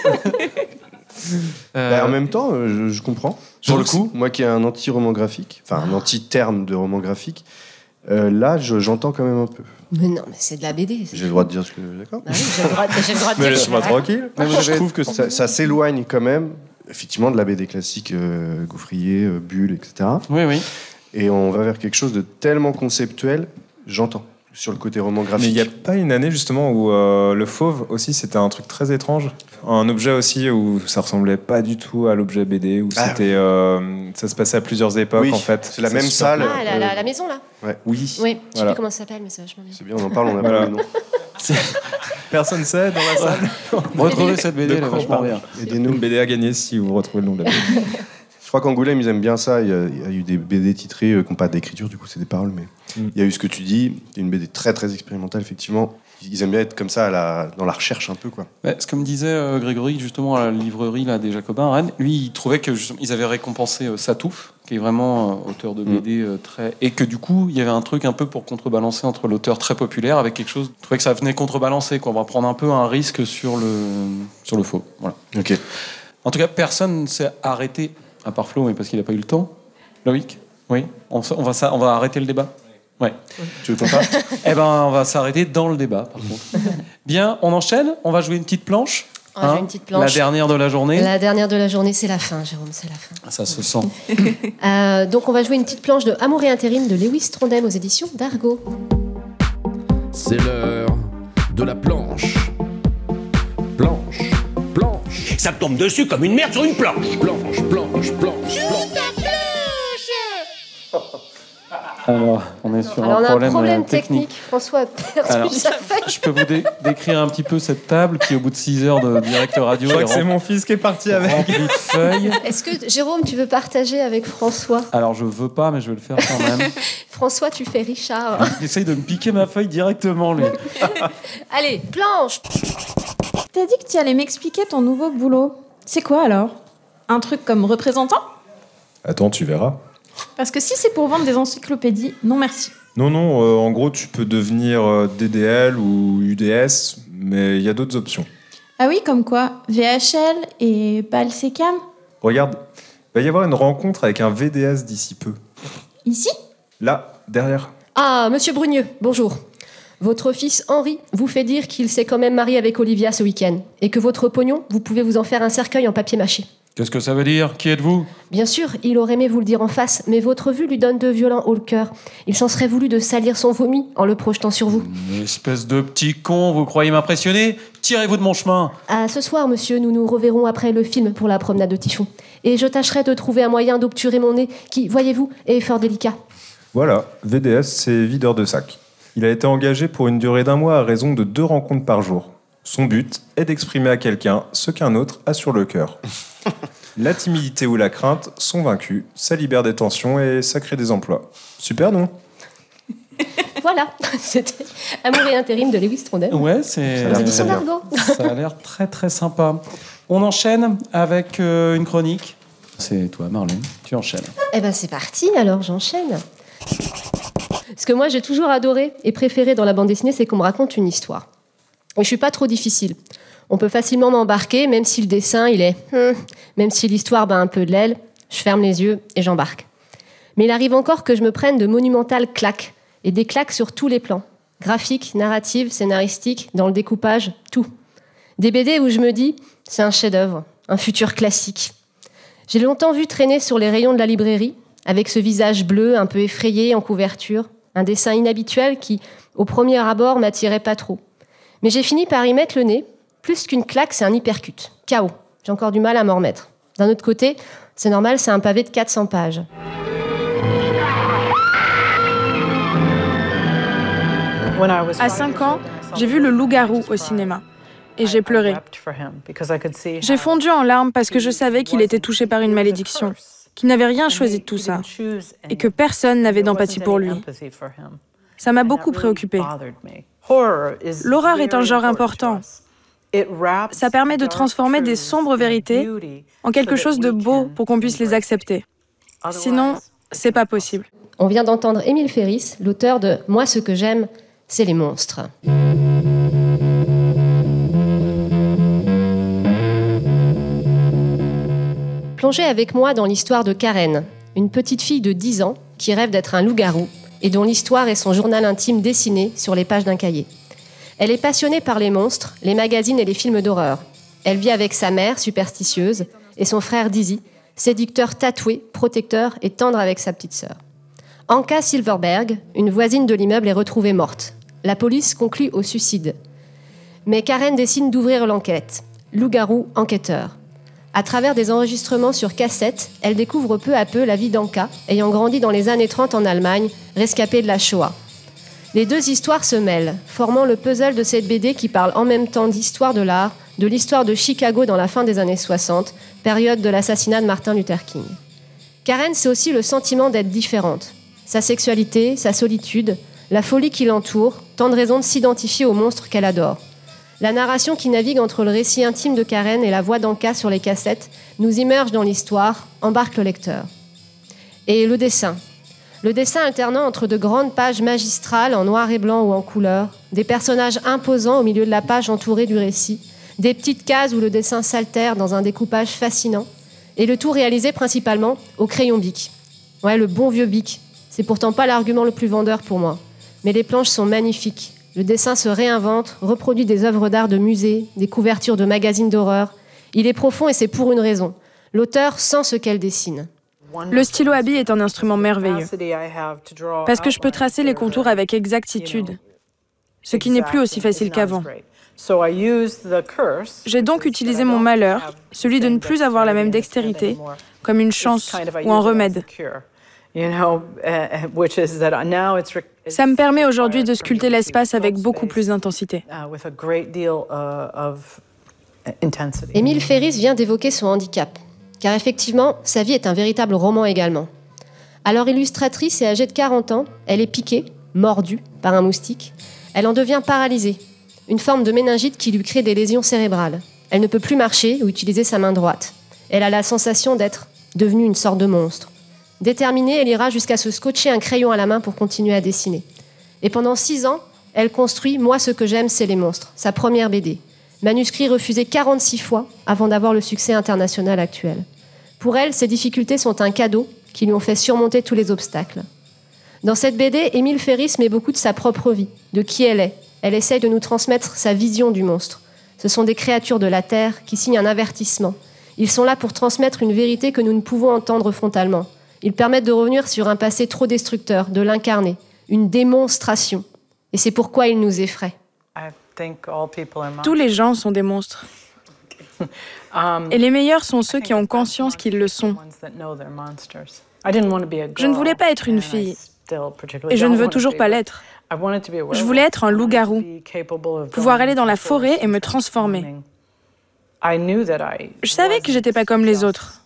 vais. En même temps, je comprends. Pour le coup, moi qui ai un anti-roman graphique, enfin un anti-terme de roman graphique, là j'entends quand même un peu. Mais non, mais c'est de la BD. J'ai le droit de dire ce que... D'accord. Oui, j'ai le droit de dire. Mais laisse-moi tranquille. Je trouve que ça s'éloigne quand même, effectivement, de la BD classique, Gaufrier, Bulle, etc. Oui. Et on va vers quelque chose de tellement conceptuel, j'entends, sur le côté roman graphique. Mais il n'y a pas une année, justement, où le fauve, aussi, c'était un truc très étrange. Un objet aussi où ça ressemblait pas du tout à l'objet BD, où c'était... ça se passait à plusieurs époques, en fait. C'est la même salle. Ah, la maison, là. Ouais. Oui. Oui, je sais plus comment ça s'appelle, mais c'est vachement bien. C'est bien, on en parle, on n'a pas le nom. Personne sait dans la salle. Retrouvez cette BD, elle est vachement bien. Une BD à gagner si vous retrouvez le nom de la BD. Je crois qu'Angoulême, ils aiment bien ça. Il y a eu des BD titrés qui n'ont pas d'écriture, du coup, c'est des paroles, mais il y a eu ce que tu dis. Il y a une BD très, très expérimentale, effectivement. Ils aiment bien être comme ça dans la recherche un peu, quoi. Ce que me disait Grégory, justement, à la livrerie là, des Jacobins à Rennes, lui, il trouvait qu'ils avaient récompensé Satouf, qui est vraiment auteur de BD très... Et que du coup, il y avait un truc un peu pour contrebalancer entre l'auteur très populaire avec quelque chose... Je trouvais que ça venait contrebalancer, qu'on va prendre un peu un risque sur le faux. Voilà. Ok. En tout cas, personne ne s'est arrêté, à part Flo, mais parce qu'il n'a pas eu le temps. Loïc ? Oui. On va arrêter le débat ? Ouais. Tu veux qu'on parle ? On va s'arrêter dans le débat, par contre. Bien, on enchaîne. On va jouer une petite planche. On va jouer une petite planche. La dernière de la journée. La dernière de la journée, c'est la fin, Jérôme, c'est la fin. Ça se sent. Donc, on va jouer une petite planche de Amour et intérim de Lewis Trondheim aux éditions d'Argo. C'est l'heure de la planche. Planche. Ça me tombe dessus comme une merde sur une planche. Planche. Alors, on est sur Alors, un on a un problème technique. François a perdu sa feuille. Je peux vous décrire un petit peu cette table qui, au bout de 6 heures de direct radio, je crois que c'est mon fils qui est parti avec. Remplie de feuilles. Est-ce que, Jérôme, tu veux partager avec François ? Alors, je veux pas, mais je vais le faire quand même. François, tu fais Richard. Il essaye de me piquer ma feuille directement, lui. Allez, planche. T'as dit que tu allais m'expliquer ton nouveau boulot. C'est quoi alors? Un truc comme représentant? Attends, tu verras. Parce que si c'est pour vendre des encyclopédies, non merci. Non, en gros, tu peux devenir DDL ou UDS, mais il y a d'autres options. Ah oui, comme quoi? VHL et PAL-SECAM? Regarde, il va y avoir une rencontre avec un VDS d'ici peu. Ici? Là, derrière. Ah, monsieur Brugneux, bonjour. Votre fils Henri vous fait dire qu'il s'est quand même marié avec Olivia ce week-end et que votre pognon, vous pouvez vous en faire un cercueil en papier mâché. Qu'est-ce que ça veut dire? Qui êtes-vous? Bien sûr, il aurait aimé vous le dire en face, mais votre vue lui donne de violents hauts le cœur. Il s'en serait voulu de salir son vomi en le projetant sur vous. Espèce de petit con, vous croyez m'impressionner? Tirez-vous de mon chemin! Ah, ce soir, monsieur, nous nous reverrons après le film pour la promenade de Typhon. Et je tâcherai de trouver un moyen d'obturer mon nez qui, voyez-vous, est fort délicat. Voilà, VDS, c'est videur de sac. Il a été engagé pour une durée d'1 mois à raison de 2 rencontres par jour. Son but est d'exprimer à quelqu'un ce qu'un autre a sur le cœur. La timidité ou la crainte sont vaincus, ça libère des tensions et ça crée des emplois. Super, non? Voilà, c'était Amour et intérim de Lewis Trondheim. Ouais, c'est... Aux éditions d'Argo. Ça a l'air très très sympa. On enchaîne avec une chronique. C'est toi, Marlène, tu enchaînes. Eh ben c'est parti, alors j'enchaîne. Ce que moi j'ai toujours adoré et préféré dans la bande dessinée, c'est qu'on me raconte une histoire. Et je suis pas trop difficile. On peut facilement m'embarquer, même si le dessin, il est... même si l'histoire bat un peu de l'aile, je ferme les yeux et j'embarque. Mais il arrive encore que je me prenne de monumentales claques, et des claques sur tous les plans. Graphique, narrative, scénaristique, dans le découpage, tout. Des BD où je me dis, c'est un chef-d'œuvre, un futur classique. J'ai longtemps vu traîner sur les rayons de la librairie, avec ce visage bleu un peu effrayé en couverture, un dessin inhabituel qui, au premier abord, m'attirait pas trop. Mais j'ai fini par y mettre le nez. Plus qu'une claque, c'est un hypercute. KO. J'ai encore du mal à m'en remettre. D'un autre côté, c'est normal, c'est un pavé de 400 pages. À 5 ans, j'ai vu Le Loup-garou au cinéma. Et j'ai pleuré. J'ai fondu en larmes parce que je savais qu'il était touché par une malédiction, qu'il n'avait rien choisi de tout ça, et que personne n'avait d'empathie pour lui. Ça m'a beaucoup préoccupée. L'horreur est un genre important. Ça permet de transformer des sombres vérités en quelque chose de beau pour qu'on puisse les accepter. Sinon, c'est pas possible. On vient d'entendre Émile Ferris, l'auteur de « Moi, ce que j'aime, c'est les monstres ». Plongez avec moi dans l'histoire de Karen, une petite fille de 10 ans qui rêve d'être un loup-garou et dont l'histoire est son journal intime dessiné sur les pages d'un cahier. Elle est passionnée par les monstres, les magazines et les films d'horreur. Elle vit avec sa mère, superstitieuse, et son frère Dizzy, séducteur tatoué, protecteur et tendre avec sa petite sœur. Anka Silverberg, une voisine de l'immeuble, est retrouvée morte. La police conclut au suicide. Mais Karen décide d'ouvrir l'enquête. Loup-garou enquêteur. À travers des enregistrements sur cassette, elle découvre peu à peu la vie d'Anka, ayant grandi dans les années 30 en Allemagne, rescapée de la Shoah. Les deux histoires se mêlent, formant le puzzle de cette BD qui parle en même temps d'histoire de l'art, de l'histoire de Chicago dans la fin des années 60, période de l'assassinat de Martin Luther King. Karen, c'est aussi le sentiment d'être différente. Sa sexualité, sa solitude, la folie qui l'entoure, tant de raisons de s'identifier au monstre qu'elle adore. La narration qui navigue entre le récit intime de Karen et la voix d'Anka sur les cassettes nous immerge dans l'histoire, embarque le lecteur. Et le dessin. Le dessin alternant entre de grandes pages magistrales en noir et blanc ou en couleur, des personnages imposants au milieu de la page entourée du récit, des petites cases où le dessin s'altère dans un découpage fascinant, et le tout réalisé principalement au crayon Bic. Ouais, le bon vieux Bic. C'est pourtant pas l'argument le plus vendeur pour moi. Mais les planches sont magnifiques. Le dessin se réinvente, reproduit des œuvres d'art de musée, des couvertures de magazines d'horreur. Il est profond et c'est pour une raison. L'auteur sent ce qu'elle dessine. Le stylo à billes est un instrument merveilleux, parce que je peux tracer les contours avec exactitude, ce qui n'est plus aussi facile qu'avant. J'ai donc utilisé mon malheur, celui de ne plus avoir la même dextérité, comme une chance ou un remède. Ça me permet aujourd'hui de sculpter l'espace avec beaucoup plus d'intensité. Émile Ferris vient d'évoquer son handicap, car effectivement, sa vie est un véritable roman également. Alors illustratrice et âgée de 40 ans, elle est piquée, mordue par un moustique. Elle en devient paralysée, une forme de méningite qui lui crée des lésions cérébrales. Elle ne peut plus marcher ou utiliser sa main droite. Elle a la sensation d'être devenue une sorte de monstre. Déterminée, elle ira jusqu'à se scotcher un crayon à la main pour continuer à dessiner. Et pendant 6 ans, elle construit « Moi, ce que j'aime, c'est les monstres », sa première BD. Manuscrit refusé 46 fois avant d'avoir le succès international actuel. Pour elle, ces difficultés sont un cadeau qui lui ont fait surmonter tous les obstacles. Dans cette BD, Émile Ferris met beaucoup de sa propre vie, de qui elle est. Elle essaye de nous transmettre sa vision du monstre. Ce sont des créatures de la Terre qui signent un avertissement. Ils sont là pour transmettre une vérité que nous ne pouvons entendre frontalement. Ils permettent de revenir sur un passé trop destructeur, de l'incarner, une démonstration. Et c'est pourquoi ils nous effraient. Tous les gens sont des monstres. Et les meilleurs sont ceux qui ont conscience qu'ils le sont. Je ne voulais pas être une fille. Et je ne veux toujours pas l'être. Je voulais être un loup-garou, pouvoir aller dans la forêt et me transformer. Je savais que j'étais pas comme les autres.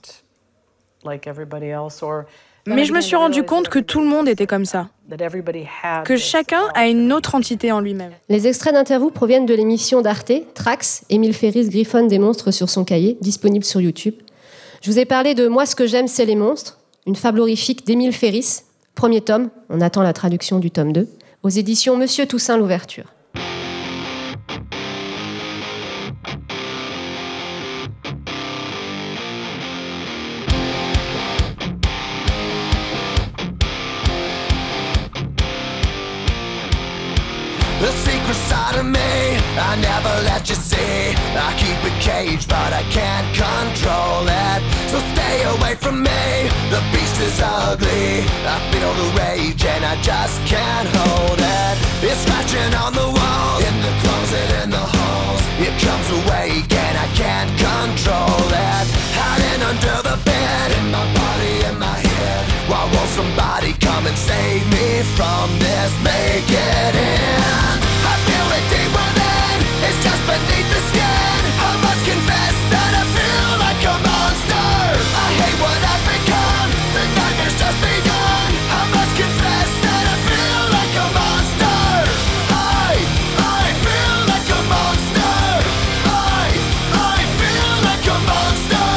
Mais je me suis rendu compte que tout le monde était comme ça, que chacun a une autre entité en lui-même. Les extraits d'interviews proviennent de l'émission d'Arte, Trax, Émile Ferris griffonne des monstres sur son cahier, disponible sur YouTube. Je vous ai parlé de Moi, ce que j'aime, c'est les monstres, une fable horrifique d'Émile Ferris, premier tome, on attend la traduction du tome 2, aux éditions Monsieur Toussaint l'Ouverture. The secret side of me, I never let you see. I keep it caged, but I can't control it. So stay away from me, the beast is ugly. I feel the rage and I just can't hold it. It's scratching on the walls, in the closet, in the halls. It comes awake and I can't control it. Hiding under the bed, in my body, in my head. Why won't somebody come and save me from this? Make it end. I feel it deep within, it's just beneath the skin. I must confess that I feel like a monster. I hate what I've become, the nightmare's just begun. I must confess that I feel like a monster. I feel like a monster. I feel like a monster.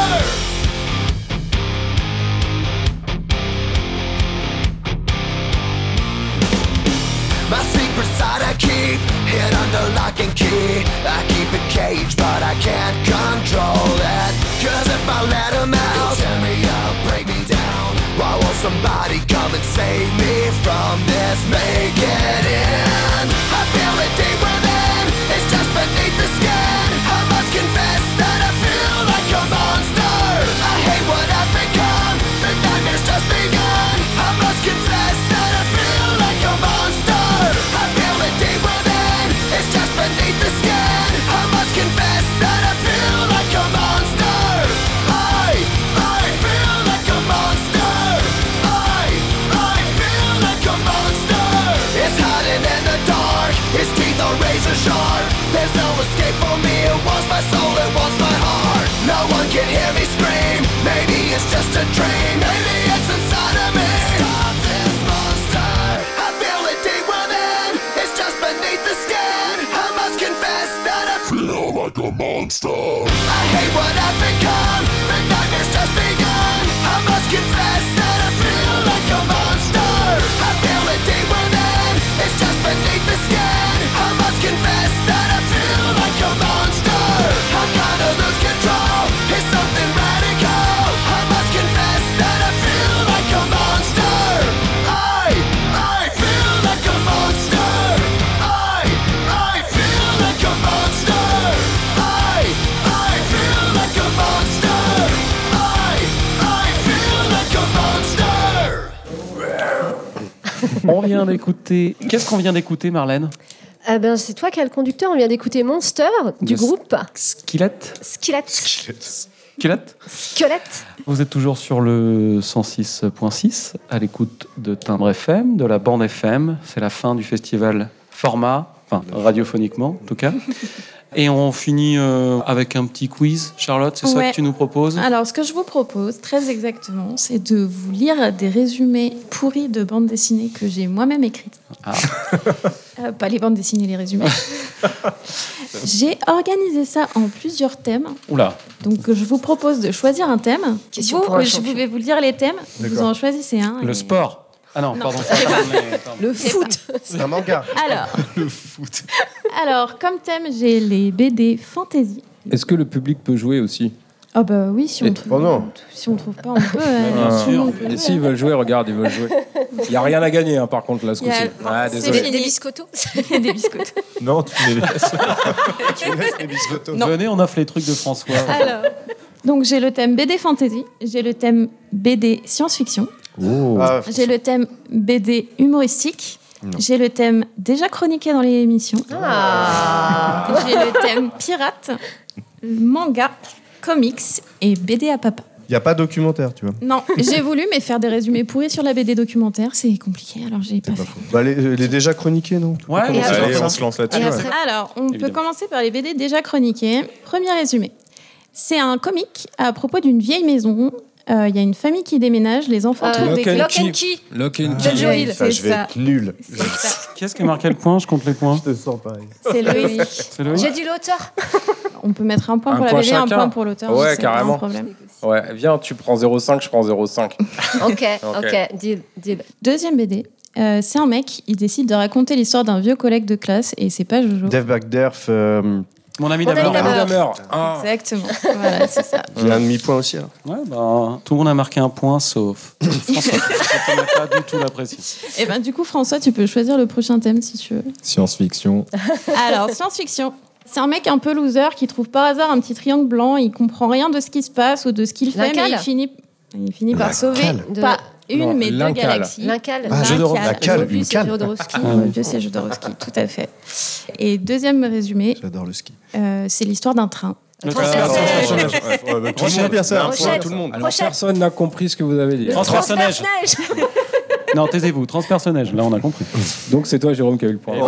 My secret side I keep hid under lock and key. I keep it caged, but I can't control it. Cause if I let him out, he'll tear me up, break me down. Why won't somebody come and save me from this? Make it end. I feel it deep within, it's just beneath the skin. I must confess that I feel like a monster. I hate what I've become, the nightmare's just begun. I must confess that I feel like a monster. I feel it deep within, it's just beneath the skin. I must confess that I feel like a monster. I feel like a monster. I feel like a monster. It's hiding in the dark, its teeth are razor sharp. There's no escape for me, it wants my soul, it wants my heart. No one can hear me scream, maybe it's just a dream. Maybe it's inside of me. Stop this monster. I feel it deep within, it's just beneath the skin. I must confess that I feel like a monster. I hate what I've become, the nightmare's just begun. I must confess that I feel like a monster. I feel it deep within, it's just beneath the skin. I must confess that I feel like a monster. I gotta lose control, it's something radical. I must confess that I feel like a monster. I feel like a monster. I feel like a monster. I feel like a monster. I feel like a monster. On vient d'écouter. Qu'est-ce qu'on vient d'écouter, Marlène? C'est toi qui as le conducteur, on vient d'écouter Monster du groupe Skillet. Vous êtes toujours sur le 106.6 à l'écoute de Timbre FM, de la bande FM. C'est la fin du festival Format, enfin radiophoniquement en tout cas. Et on finit avec un petit quiz. Charlotte, c'est ça Ouais. que tu nous proposes? Alors, ce que je vous propose, très exactement, c'est de vous lire des résumés pourris de bandes dessinées que j'ai moi-même écrites. Ah. Pas les bandes dessinées, les résumés. J'ai organisé ça en plusieurs thèmes. Oula. Donc, je vous propose de choisir un thème. Question pour un Je champion. vais vous lire les thèmes. Vous D'accord. en choisissez un. Le et- sport. Ah non, Non, pardon. c'est pas- Le foot. C'est un manga. Alors, Le foot. alors, comme thème, j'ai les BD fantasy. Est-ce que le public peut jouer aussi? Ah bah oui, si on trouve, Oh non. si on trouve pas, on peut. Ah. tout le monde peut Et jouer, s'ils hein. veulent jouer, regarde, ils veulent jouer. Il n'y a rien à gagner, hein, par contre, là, ce Il y a- coup-ci. Ah, c'est désolé. fini. Des biscottos. Des biscottos. Non, tu les laisses. Tu laisses les biscottos. Venez, on offre les trucs de François. Alors, donc j'ai le thème BD fantasy, j'ai le thème BD science-fiction, Oh. j'ai le thème BD humoristique, j'ai le thème déjà chroniqué dans les émissions, j'ai le thème pirate, manga, comics et BD à papa. Il n'y a pas de documentaire, tu vois. Non, j'ai voulu, mais faire des résumés pourris sur la BD documentaire, c'est compliqué, alors j'ai pas fait. Bah, les déjà chroniqués, non? Ouais, Comment ça Allez, va on se lance là-dessus. Et ouais. après, alors, on peut Évidemment. commencer par les BD déjà chroniqués. Premier résumé. C'est un comic à propos d'une vieille maison. Il y a une famille qui déménage, les enfants trouvent des clés. Lock and Key. Lock and John Key. Joe Hill. Ça, je vais ça. être nul. Qui est-ce qui a marqué le point? Je compte les points. Je te sens pareil. C'est Loïc. C'est Loïc. J'ai dit l'auteur. On peut mettre un point Un pour la point BD, un chacun. point pour l'auteur. Ouais, c'est pas carrément. un problème. Ouais, viens, tu prends 0,5, je prends 0,5. Ok, deal. Deuxième BD. C'est un mec, il décide de raconter l'histoire d'un vieux collègue de classe et c'est pas Jojo. Dave Backderf, Mon ami Mon ami d'abord. Damer. Damer. Ah. Exactement. Voilà, c'est ça. j'ai un demi-point aussi. Alors. Ouais, bah, tout le monde a marqué un point sauf François. Je ne pas du tout l'apprécier. Et ben du coup, François, tu peux choisir le prochain thème si tu veux. Science-fiction. Alors, science-fiction. C'est un mec un peu loser qui trouve par hasard un petit triangle blanc, il comprend rien de ce qui se passe ou de ce qu'il fait, mais L'incal. il finit par sauver De- pas une Non, mais deux l'incal. galaxies. L'incal. Ah, L'incal. la cale, Jodorowsky, une cale. Jodorowsky. Dieu sait Jodorowsky, tout à fait. Et deuxième résumé, J'adore le ski. c'est l'histoire d'un train. Le Transpersonnage. Tout le monde, personne. Rochette. Tout le monde. Alors, personne n'a compris ce que vous avez dit. Transpersonnage. Transpersonnage. Non, taisez-vous. Transpersonnage. Là, on a compris. Donc, c'est toi, Jérôme, qui a eu le point.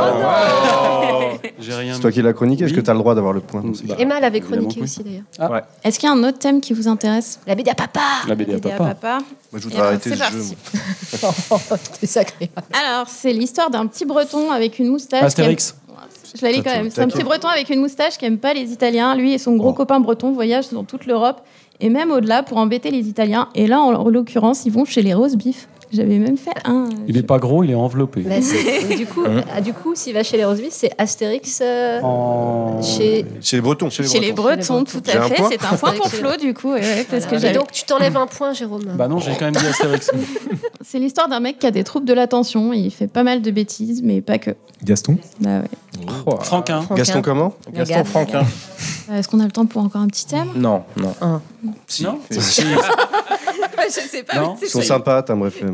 J'ai rien. C'est toi qui l'as chroniqué, est-ce Oui. que tu as le droit d'avoir le point? Bah, Emma l'avait évidemment chroniqué que oui. aussi d'ailleurs. Est-ce qu'il y a un autre thème qui vous intéresse? La BD à papa. La BD à BD à papa. papa. Moi, je Eh voudrais ben, arrêter c'est ce jeu. parti. moi. T'es sacré. Alors, c'est l'histoire d'un petit breton avec une moustache. Astérix. Je la lis quand même. C'est un T'inquiète. petit breton avec une moustache qui aime pas les Italiens. Lui et son gros copain breton voyagent dans toute l'Europe et même au-delà pour embêter les Italiens. Et là, en l'occurrence, ils vont chez les roast beef. J'avais même fait un. Il est pas gros, il est enveloppé. Bah, du coup, s'il va chez les Rosebif, c'est Astérix chez. Chez les Bretons. Chez les Bretons, tout J'ai à un fait. point. C'est un point pour Flo, du coup. Ouais, parce que Et j'avais- donc, tu t'enlèves un point, Jérôme. Bah non, j'ai quand même dit Astérix. C'est l'histoire d'un mec qui a des troubles de l'attention. Il fait pas mal de bêtises, mais pas que. Gaston. Bah ouais. Oh, Franquin. Gaston comment? Gaston Franquin. Est-ce qu'on a le temps pour encore un petit thème? Non, non. Non. Je sais pas. Non. Ils sont sympas, t'aimerais faire.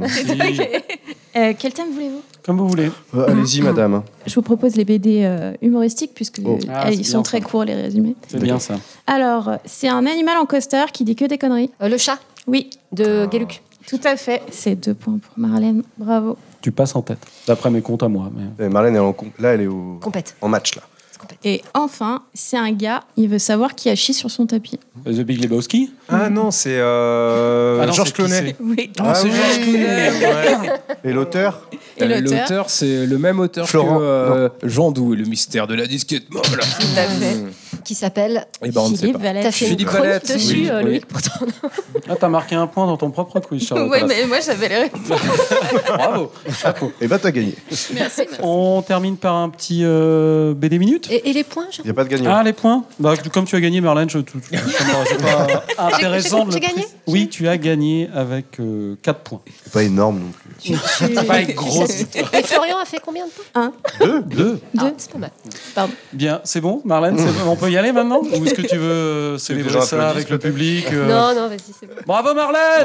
Quel thème voulez-vous? Comme vous voulez. Allez-y, madame. Je vous propose les BD humoristiques, puisque Oh. Ah, ils c'est sont bien, très ça. courts, les résumés. C'est bien ça. Alors, c'est un animal en costard qui dit que des conneries. Le chat Oui, de Gueluc. tout à fait. C'est 2 points pour Marlène. Bravo. Tu passes en tête. D'après mes comptes à moi. Mais... Et Marlène, là, elle est Compète. en match, là. Et enfin, c'est un gars, il veut savoir qui a chié sur son tapis. The Big Lebowski. Ah non, c'est Ah non, Georges c'est qui Clooney. Oui. Ah, c'est Georges Clooney. Ouais. Et l'auteur? Et l'auteur L'auteur, c'est le même auteur Florent. que Jean Doux et le mystère de la disquette molle. Tout à fait. Qui s'appelle Eh ben, on ne sait Philippe pas. Valette. T'as fait Philippe une chronique Valette, dessus, oui, oui. Loïc, pourtant. Ah, t'as marqué un point dans ton propre quiz, Charlotte. Ouais, mais moi j'avais les réponses. Bravo. Chapeau. Et bah, t'as gagné. Merci. On termine par un petit BD minute. Et les points, Il n'y a pas de gagnant. Ah, les points bah, comme tu as gagné, Marlène, c'est pas intéressant de J'ai le gagné Oui, tu as gagné avec 4 points. C'est pas énorme non plus. C'est pas une grosse victoire. Et Florian a fait combien de points? 2. Ah, c'est pas mal. Pardon. Bien, c'est bon, Marlène, c'est bon, on peut y aller maintenant? Ou est-ce que tu veux célébrer gens ça applaudissent, avec le peut-être public Non, vas-y, c'est bon. Bravo, Marlène!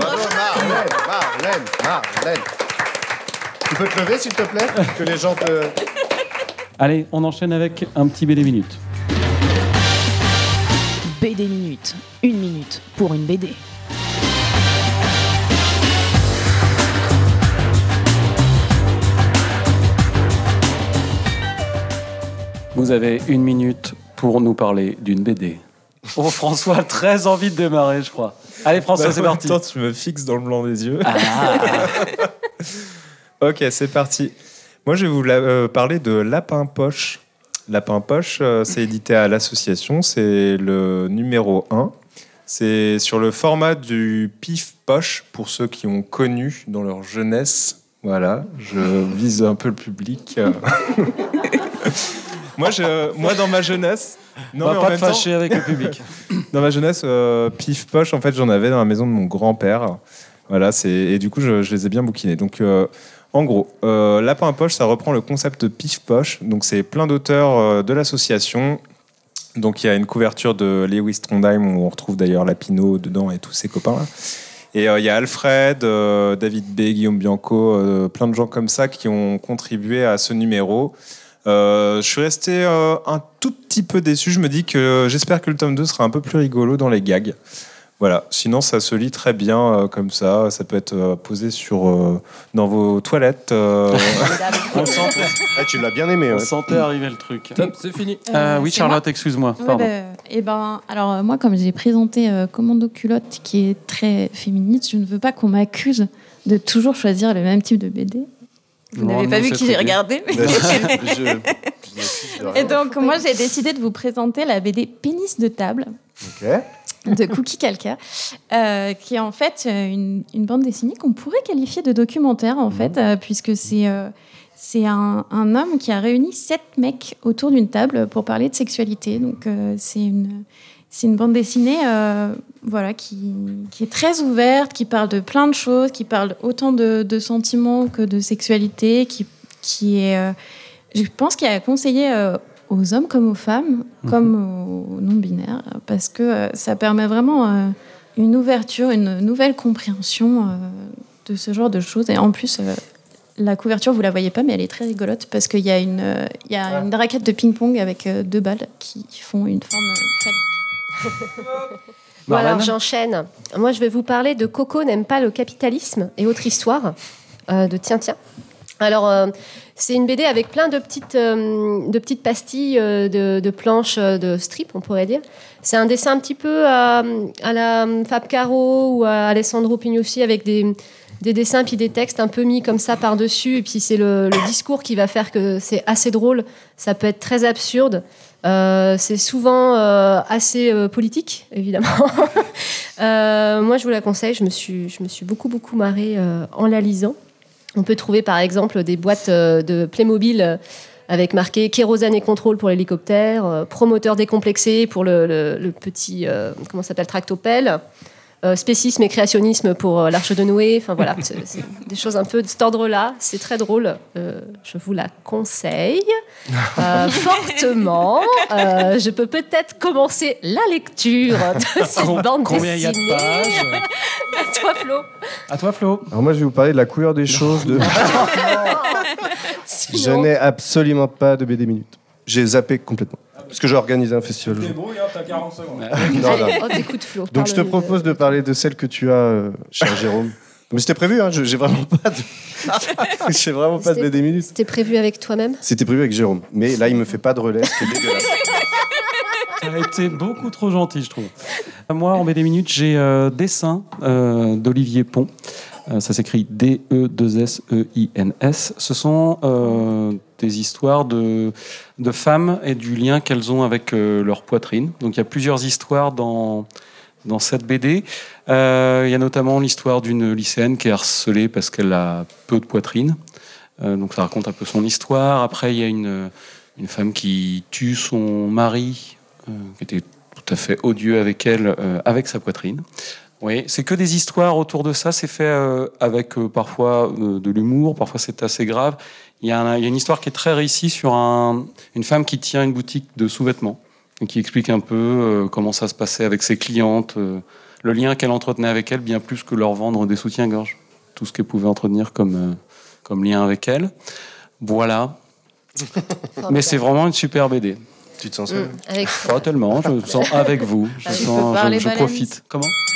Marlène. Tu peux te lever, s'il te plaît? Que les gens te... Allez, on enchaîne avec un petit BD minute. BD minute. 1 minute pour une BD. Vous avez 1 minute pour nous parler d'une BD. Oh, François a très envie de démarrer, je crois. Allez, François, c'est parti. Attends, tu me fixes dans le blanc des yeux. Ah. Ok, c'est parti. Moi, je vais vous parler de Lapin Poche. Lapin Poche, c'est édité à l'Association. C'est le numéro 1. C'est sur le format du Pif Poche, pour ceux qui ont connu dans leur jeunesse. Voilà, je vise un peu le public. Moi, dans ma jeunesse... Non, mais pas te fâcher avec le public. Dans ma jeunesse, Pif Poche, en fait, j'en avais dans la maison de mon grand-père. Voilà, et du coup, je les ai bien bouquinés. Donc, en gros, Lapin Poche, ça reprend le concept de Pif Poche. Donc, c'est plein d'auteurs de l'association. Donc, il y a une couverture de Lewis Trondheim, où on retrouve d'ailleurs Lapino dedans et tous ses copains. Là. Et il y a Alfred, David B, Guillaume Bianco, plein de gens comme ça qui ont contribué à ce numéro. Je suis resté un tout petit peu déçu. Je me dis que j'espère que le tome 2 sera un peu plus rigolo dans les gags. Voilà. Sinon, ça se lit très bien comme ça. Ça peut être posé dans vos toilettes. On sentait. Ah, tu l'as bien aimé. On Ouais. sentait arriver le truc. Top, c'est fini. Oui, c'est Charlotte, moi. excuse-moi. Ouais, Pardon. Alors moi, comme j'ai présenté Commando Culotte, qui est très féministe, je ne veux pas qu'on m'accuse de toujours choisir le même type de BD. Vous n'avez pas vu qui j'ai regardé. Et donc, moi, j'ai décidé de vous présenter la BD Pénis de table. De Cookie Calca, qui est en fait une bande dessinée qu'on pourrait qualifier de documentaire, en fait, puisque c'est un homme qui a réuni 7 mecs autour d'une table pour parler de sexualité. Donc, c'est une bande dessinée voilà, qui est très ouverte, qui parle de plein de choses, qui parle autant de sentiments que de sexualité, qui est, je pense, qui a conseillé aux hommes comme aux femmes, comme aux non-binaires, parce que ça permet vraiment une ouverture, une nouvelle compréhension de ce genre de choses. Et en plus, la couverture, vous la voyez pas, mais elle est très rigolote, parce qu'il y a une raquette de ping-pong avec 2 balles qui font une forme phallique. Bon, alors j'enchaîne. Moi, je vais vous parler de Coco n'aime pas le capitalisme et autre histoire de Tiens. Alors, c'est une BD avec plein de petites pastilles de planches de strip, on pourrait dire. C'est un dessin un petit peu à la Fab Caro ou à Alessandro Pignossi, avec des dessins puis des textes un peu mis comme ça par-dessus. Et puis c'est le discours qui va faire que c'est assez drôle. Ça peut être très absurde. C'est souvent assez politique, évidemment. Moi, je vous la conseille. Je me suis beaucoup marrée en la lisant. On peut trouver par exemple des boîtes de Playmobil avec marqué kérosène et contrôle pour l'hélicoptère, promoteur décomplexé pour le petit comment ça s'appelle, tractopelle, spécisme et créationnisme pour l'arche de Noé. Enfin voilà, c'est des choses un peu de cet ordre-là. C'est très drôle. Je vous la conseille fortement. Je peux peut-être commencer la lecture de cette bande dessinée. Combien il y a de pages? À toi, Flo. À toi, Flo. Alors moi, je vais vous parler de la couleur des choses. Je n'ai absolument pas de BD minute. J'ai zappé complètement. Parce que j'ai organisé un festival. Débrouille, t'as 40 secondes. Allez, on t'écoute, Flo. Donc je te propose de parler de celle que tu as, cher Jérôme. Mais c'était prévu, hein, j'ai vraiment pas de BD minute. C'était prévu avec toi-même? C'était prévu avec Jérôme. Mais là, il me fait pas de relais, c'est dégueulasse. Ça a été beaucoup trop gentil, je trouve. Moi, en BD minutes, j'ai Dessin d'Olivier Pont. Ça s'écrit D-E-2-S-E-I-N-S. Ce sont des histoires de femmes et du lien qu'elles ont avec leur poitrine. Donc il y a plusieurs histoires dans cette BD. Il y a notamment l'histoire d'une lycéenne qui est harcelée parce qu'elle a peu de poitrine. Donc ça raconte un peu son histoire. Après, il y a une femme qui tue son mari, qui était tout à fait odieux avec elle, avec sa poitrine. Oui, c'est que des histoires autour de ça. C'est fait avec parfois de l'humour, parfois c'est assez grave. Il y a une histoire qui est très réussie sur une femme qui tient une boutique de sous-vêtements et qui explique un peu comment ça se passait avec ses clientes, le lien qu'elle entretenait avec elles, bien plus que leur vendre des soutiens-gorge. Tout ce qu'elle pouvait entretenir comme lien avec elles. Voilà. Mais c'est vraiment une super BD. Tu te sens seul? Pas tellement, je me sens avec vous. Je profite. Comment ?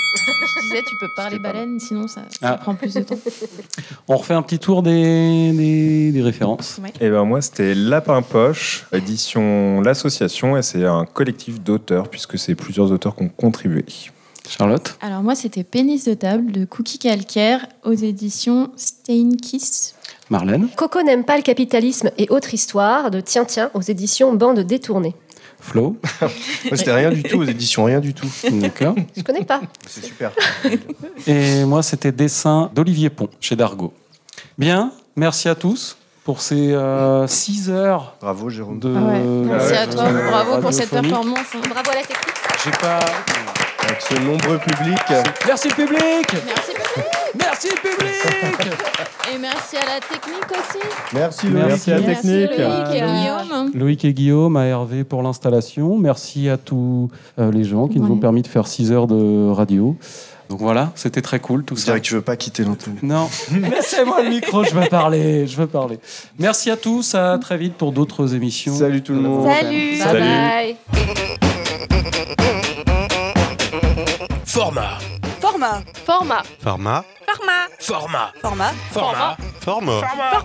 Je disais, tu peux parler baleine, sinon ça prend plus de temps. On refait un petit tour des références. Ouais. Et ben moi, c'était Lapin Poche, édition L'Association, et c'est un collectif d'auteurs, puisque c'est plusieurs auteurs qui ont contribué. Charlotte? Alors moi, c'était Pénis de table de Cookie Calcaire aux éditions Steinkiss. Marlène? Coco n'aime pas le capitalisme et autre histoire de Tiens Tiens aux éditions Bande détournée. Flo? Moi, c'était rien du tout aux éditions, rien du tout. D'accord. Je connais pas. C'est super. Et moi, c'était Dessin d'Olivier Pont, chez Dargaud. Bien, merci à tous pour ces 6 heures. Bravo, Jérôme. Merci à toi, bravo pour cette performance. Bravo à la technique. J'ai pas... Avec ce nombreux public. Merci le public. Merci public. Merci le public. Et merci à la technique aussi. Merci Loïc. Merci à la technique. Loïc et Guillaume. Loïc et Guillaume, à Hervé pour l'installation. Merci à tous les gens qui nous ont permis de faire 6 heures de radio. Donc voilà, c'était très cool tout ça. Je dirais que tu veux pas quitter l'antenne. Non, laissez-moi le micro, je veux parler. Merci à tous, à très vite pour d'autres émissions. Salut tout le monde. Salut. Bye bye. Format. Format. Format. Format. Format. Format. Format. Format. Format.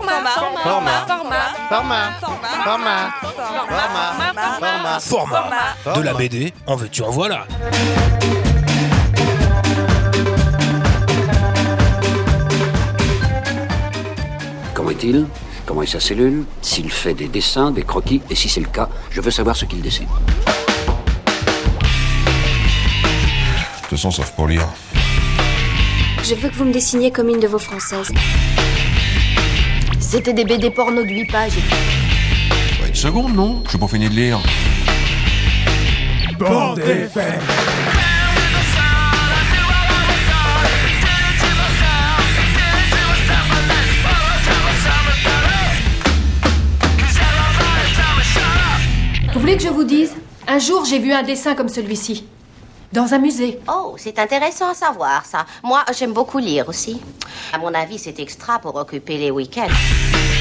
Format. De la BD, en veux-tu en voilà. Comment est-il? Comment est sa cellule? S'il fait des dessins, des croquis, et si c'est le cas, je veux savoir ce qu'il dessine. De toute façon, sauf pour lire. Je veux que vous me dessiniez comme une de vos françaises. C'était des BD porno de 8 pages. Une seconde, non? Je suis pas fini de lire. Bande FM. Vous voulez que je vous dise? Un jour, j'ai vu un dessin comme celui-ci. Dans un musée. Oh, c'est intéressant à savoir, ça. Moi, j'aime beaucoup lire aussi. À mon avis, c'est extra pour occuper les week-ends.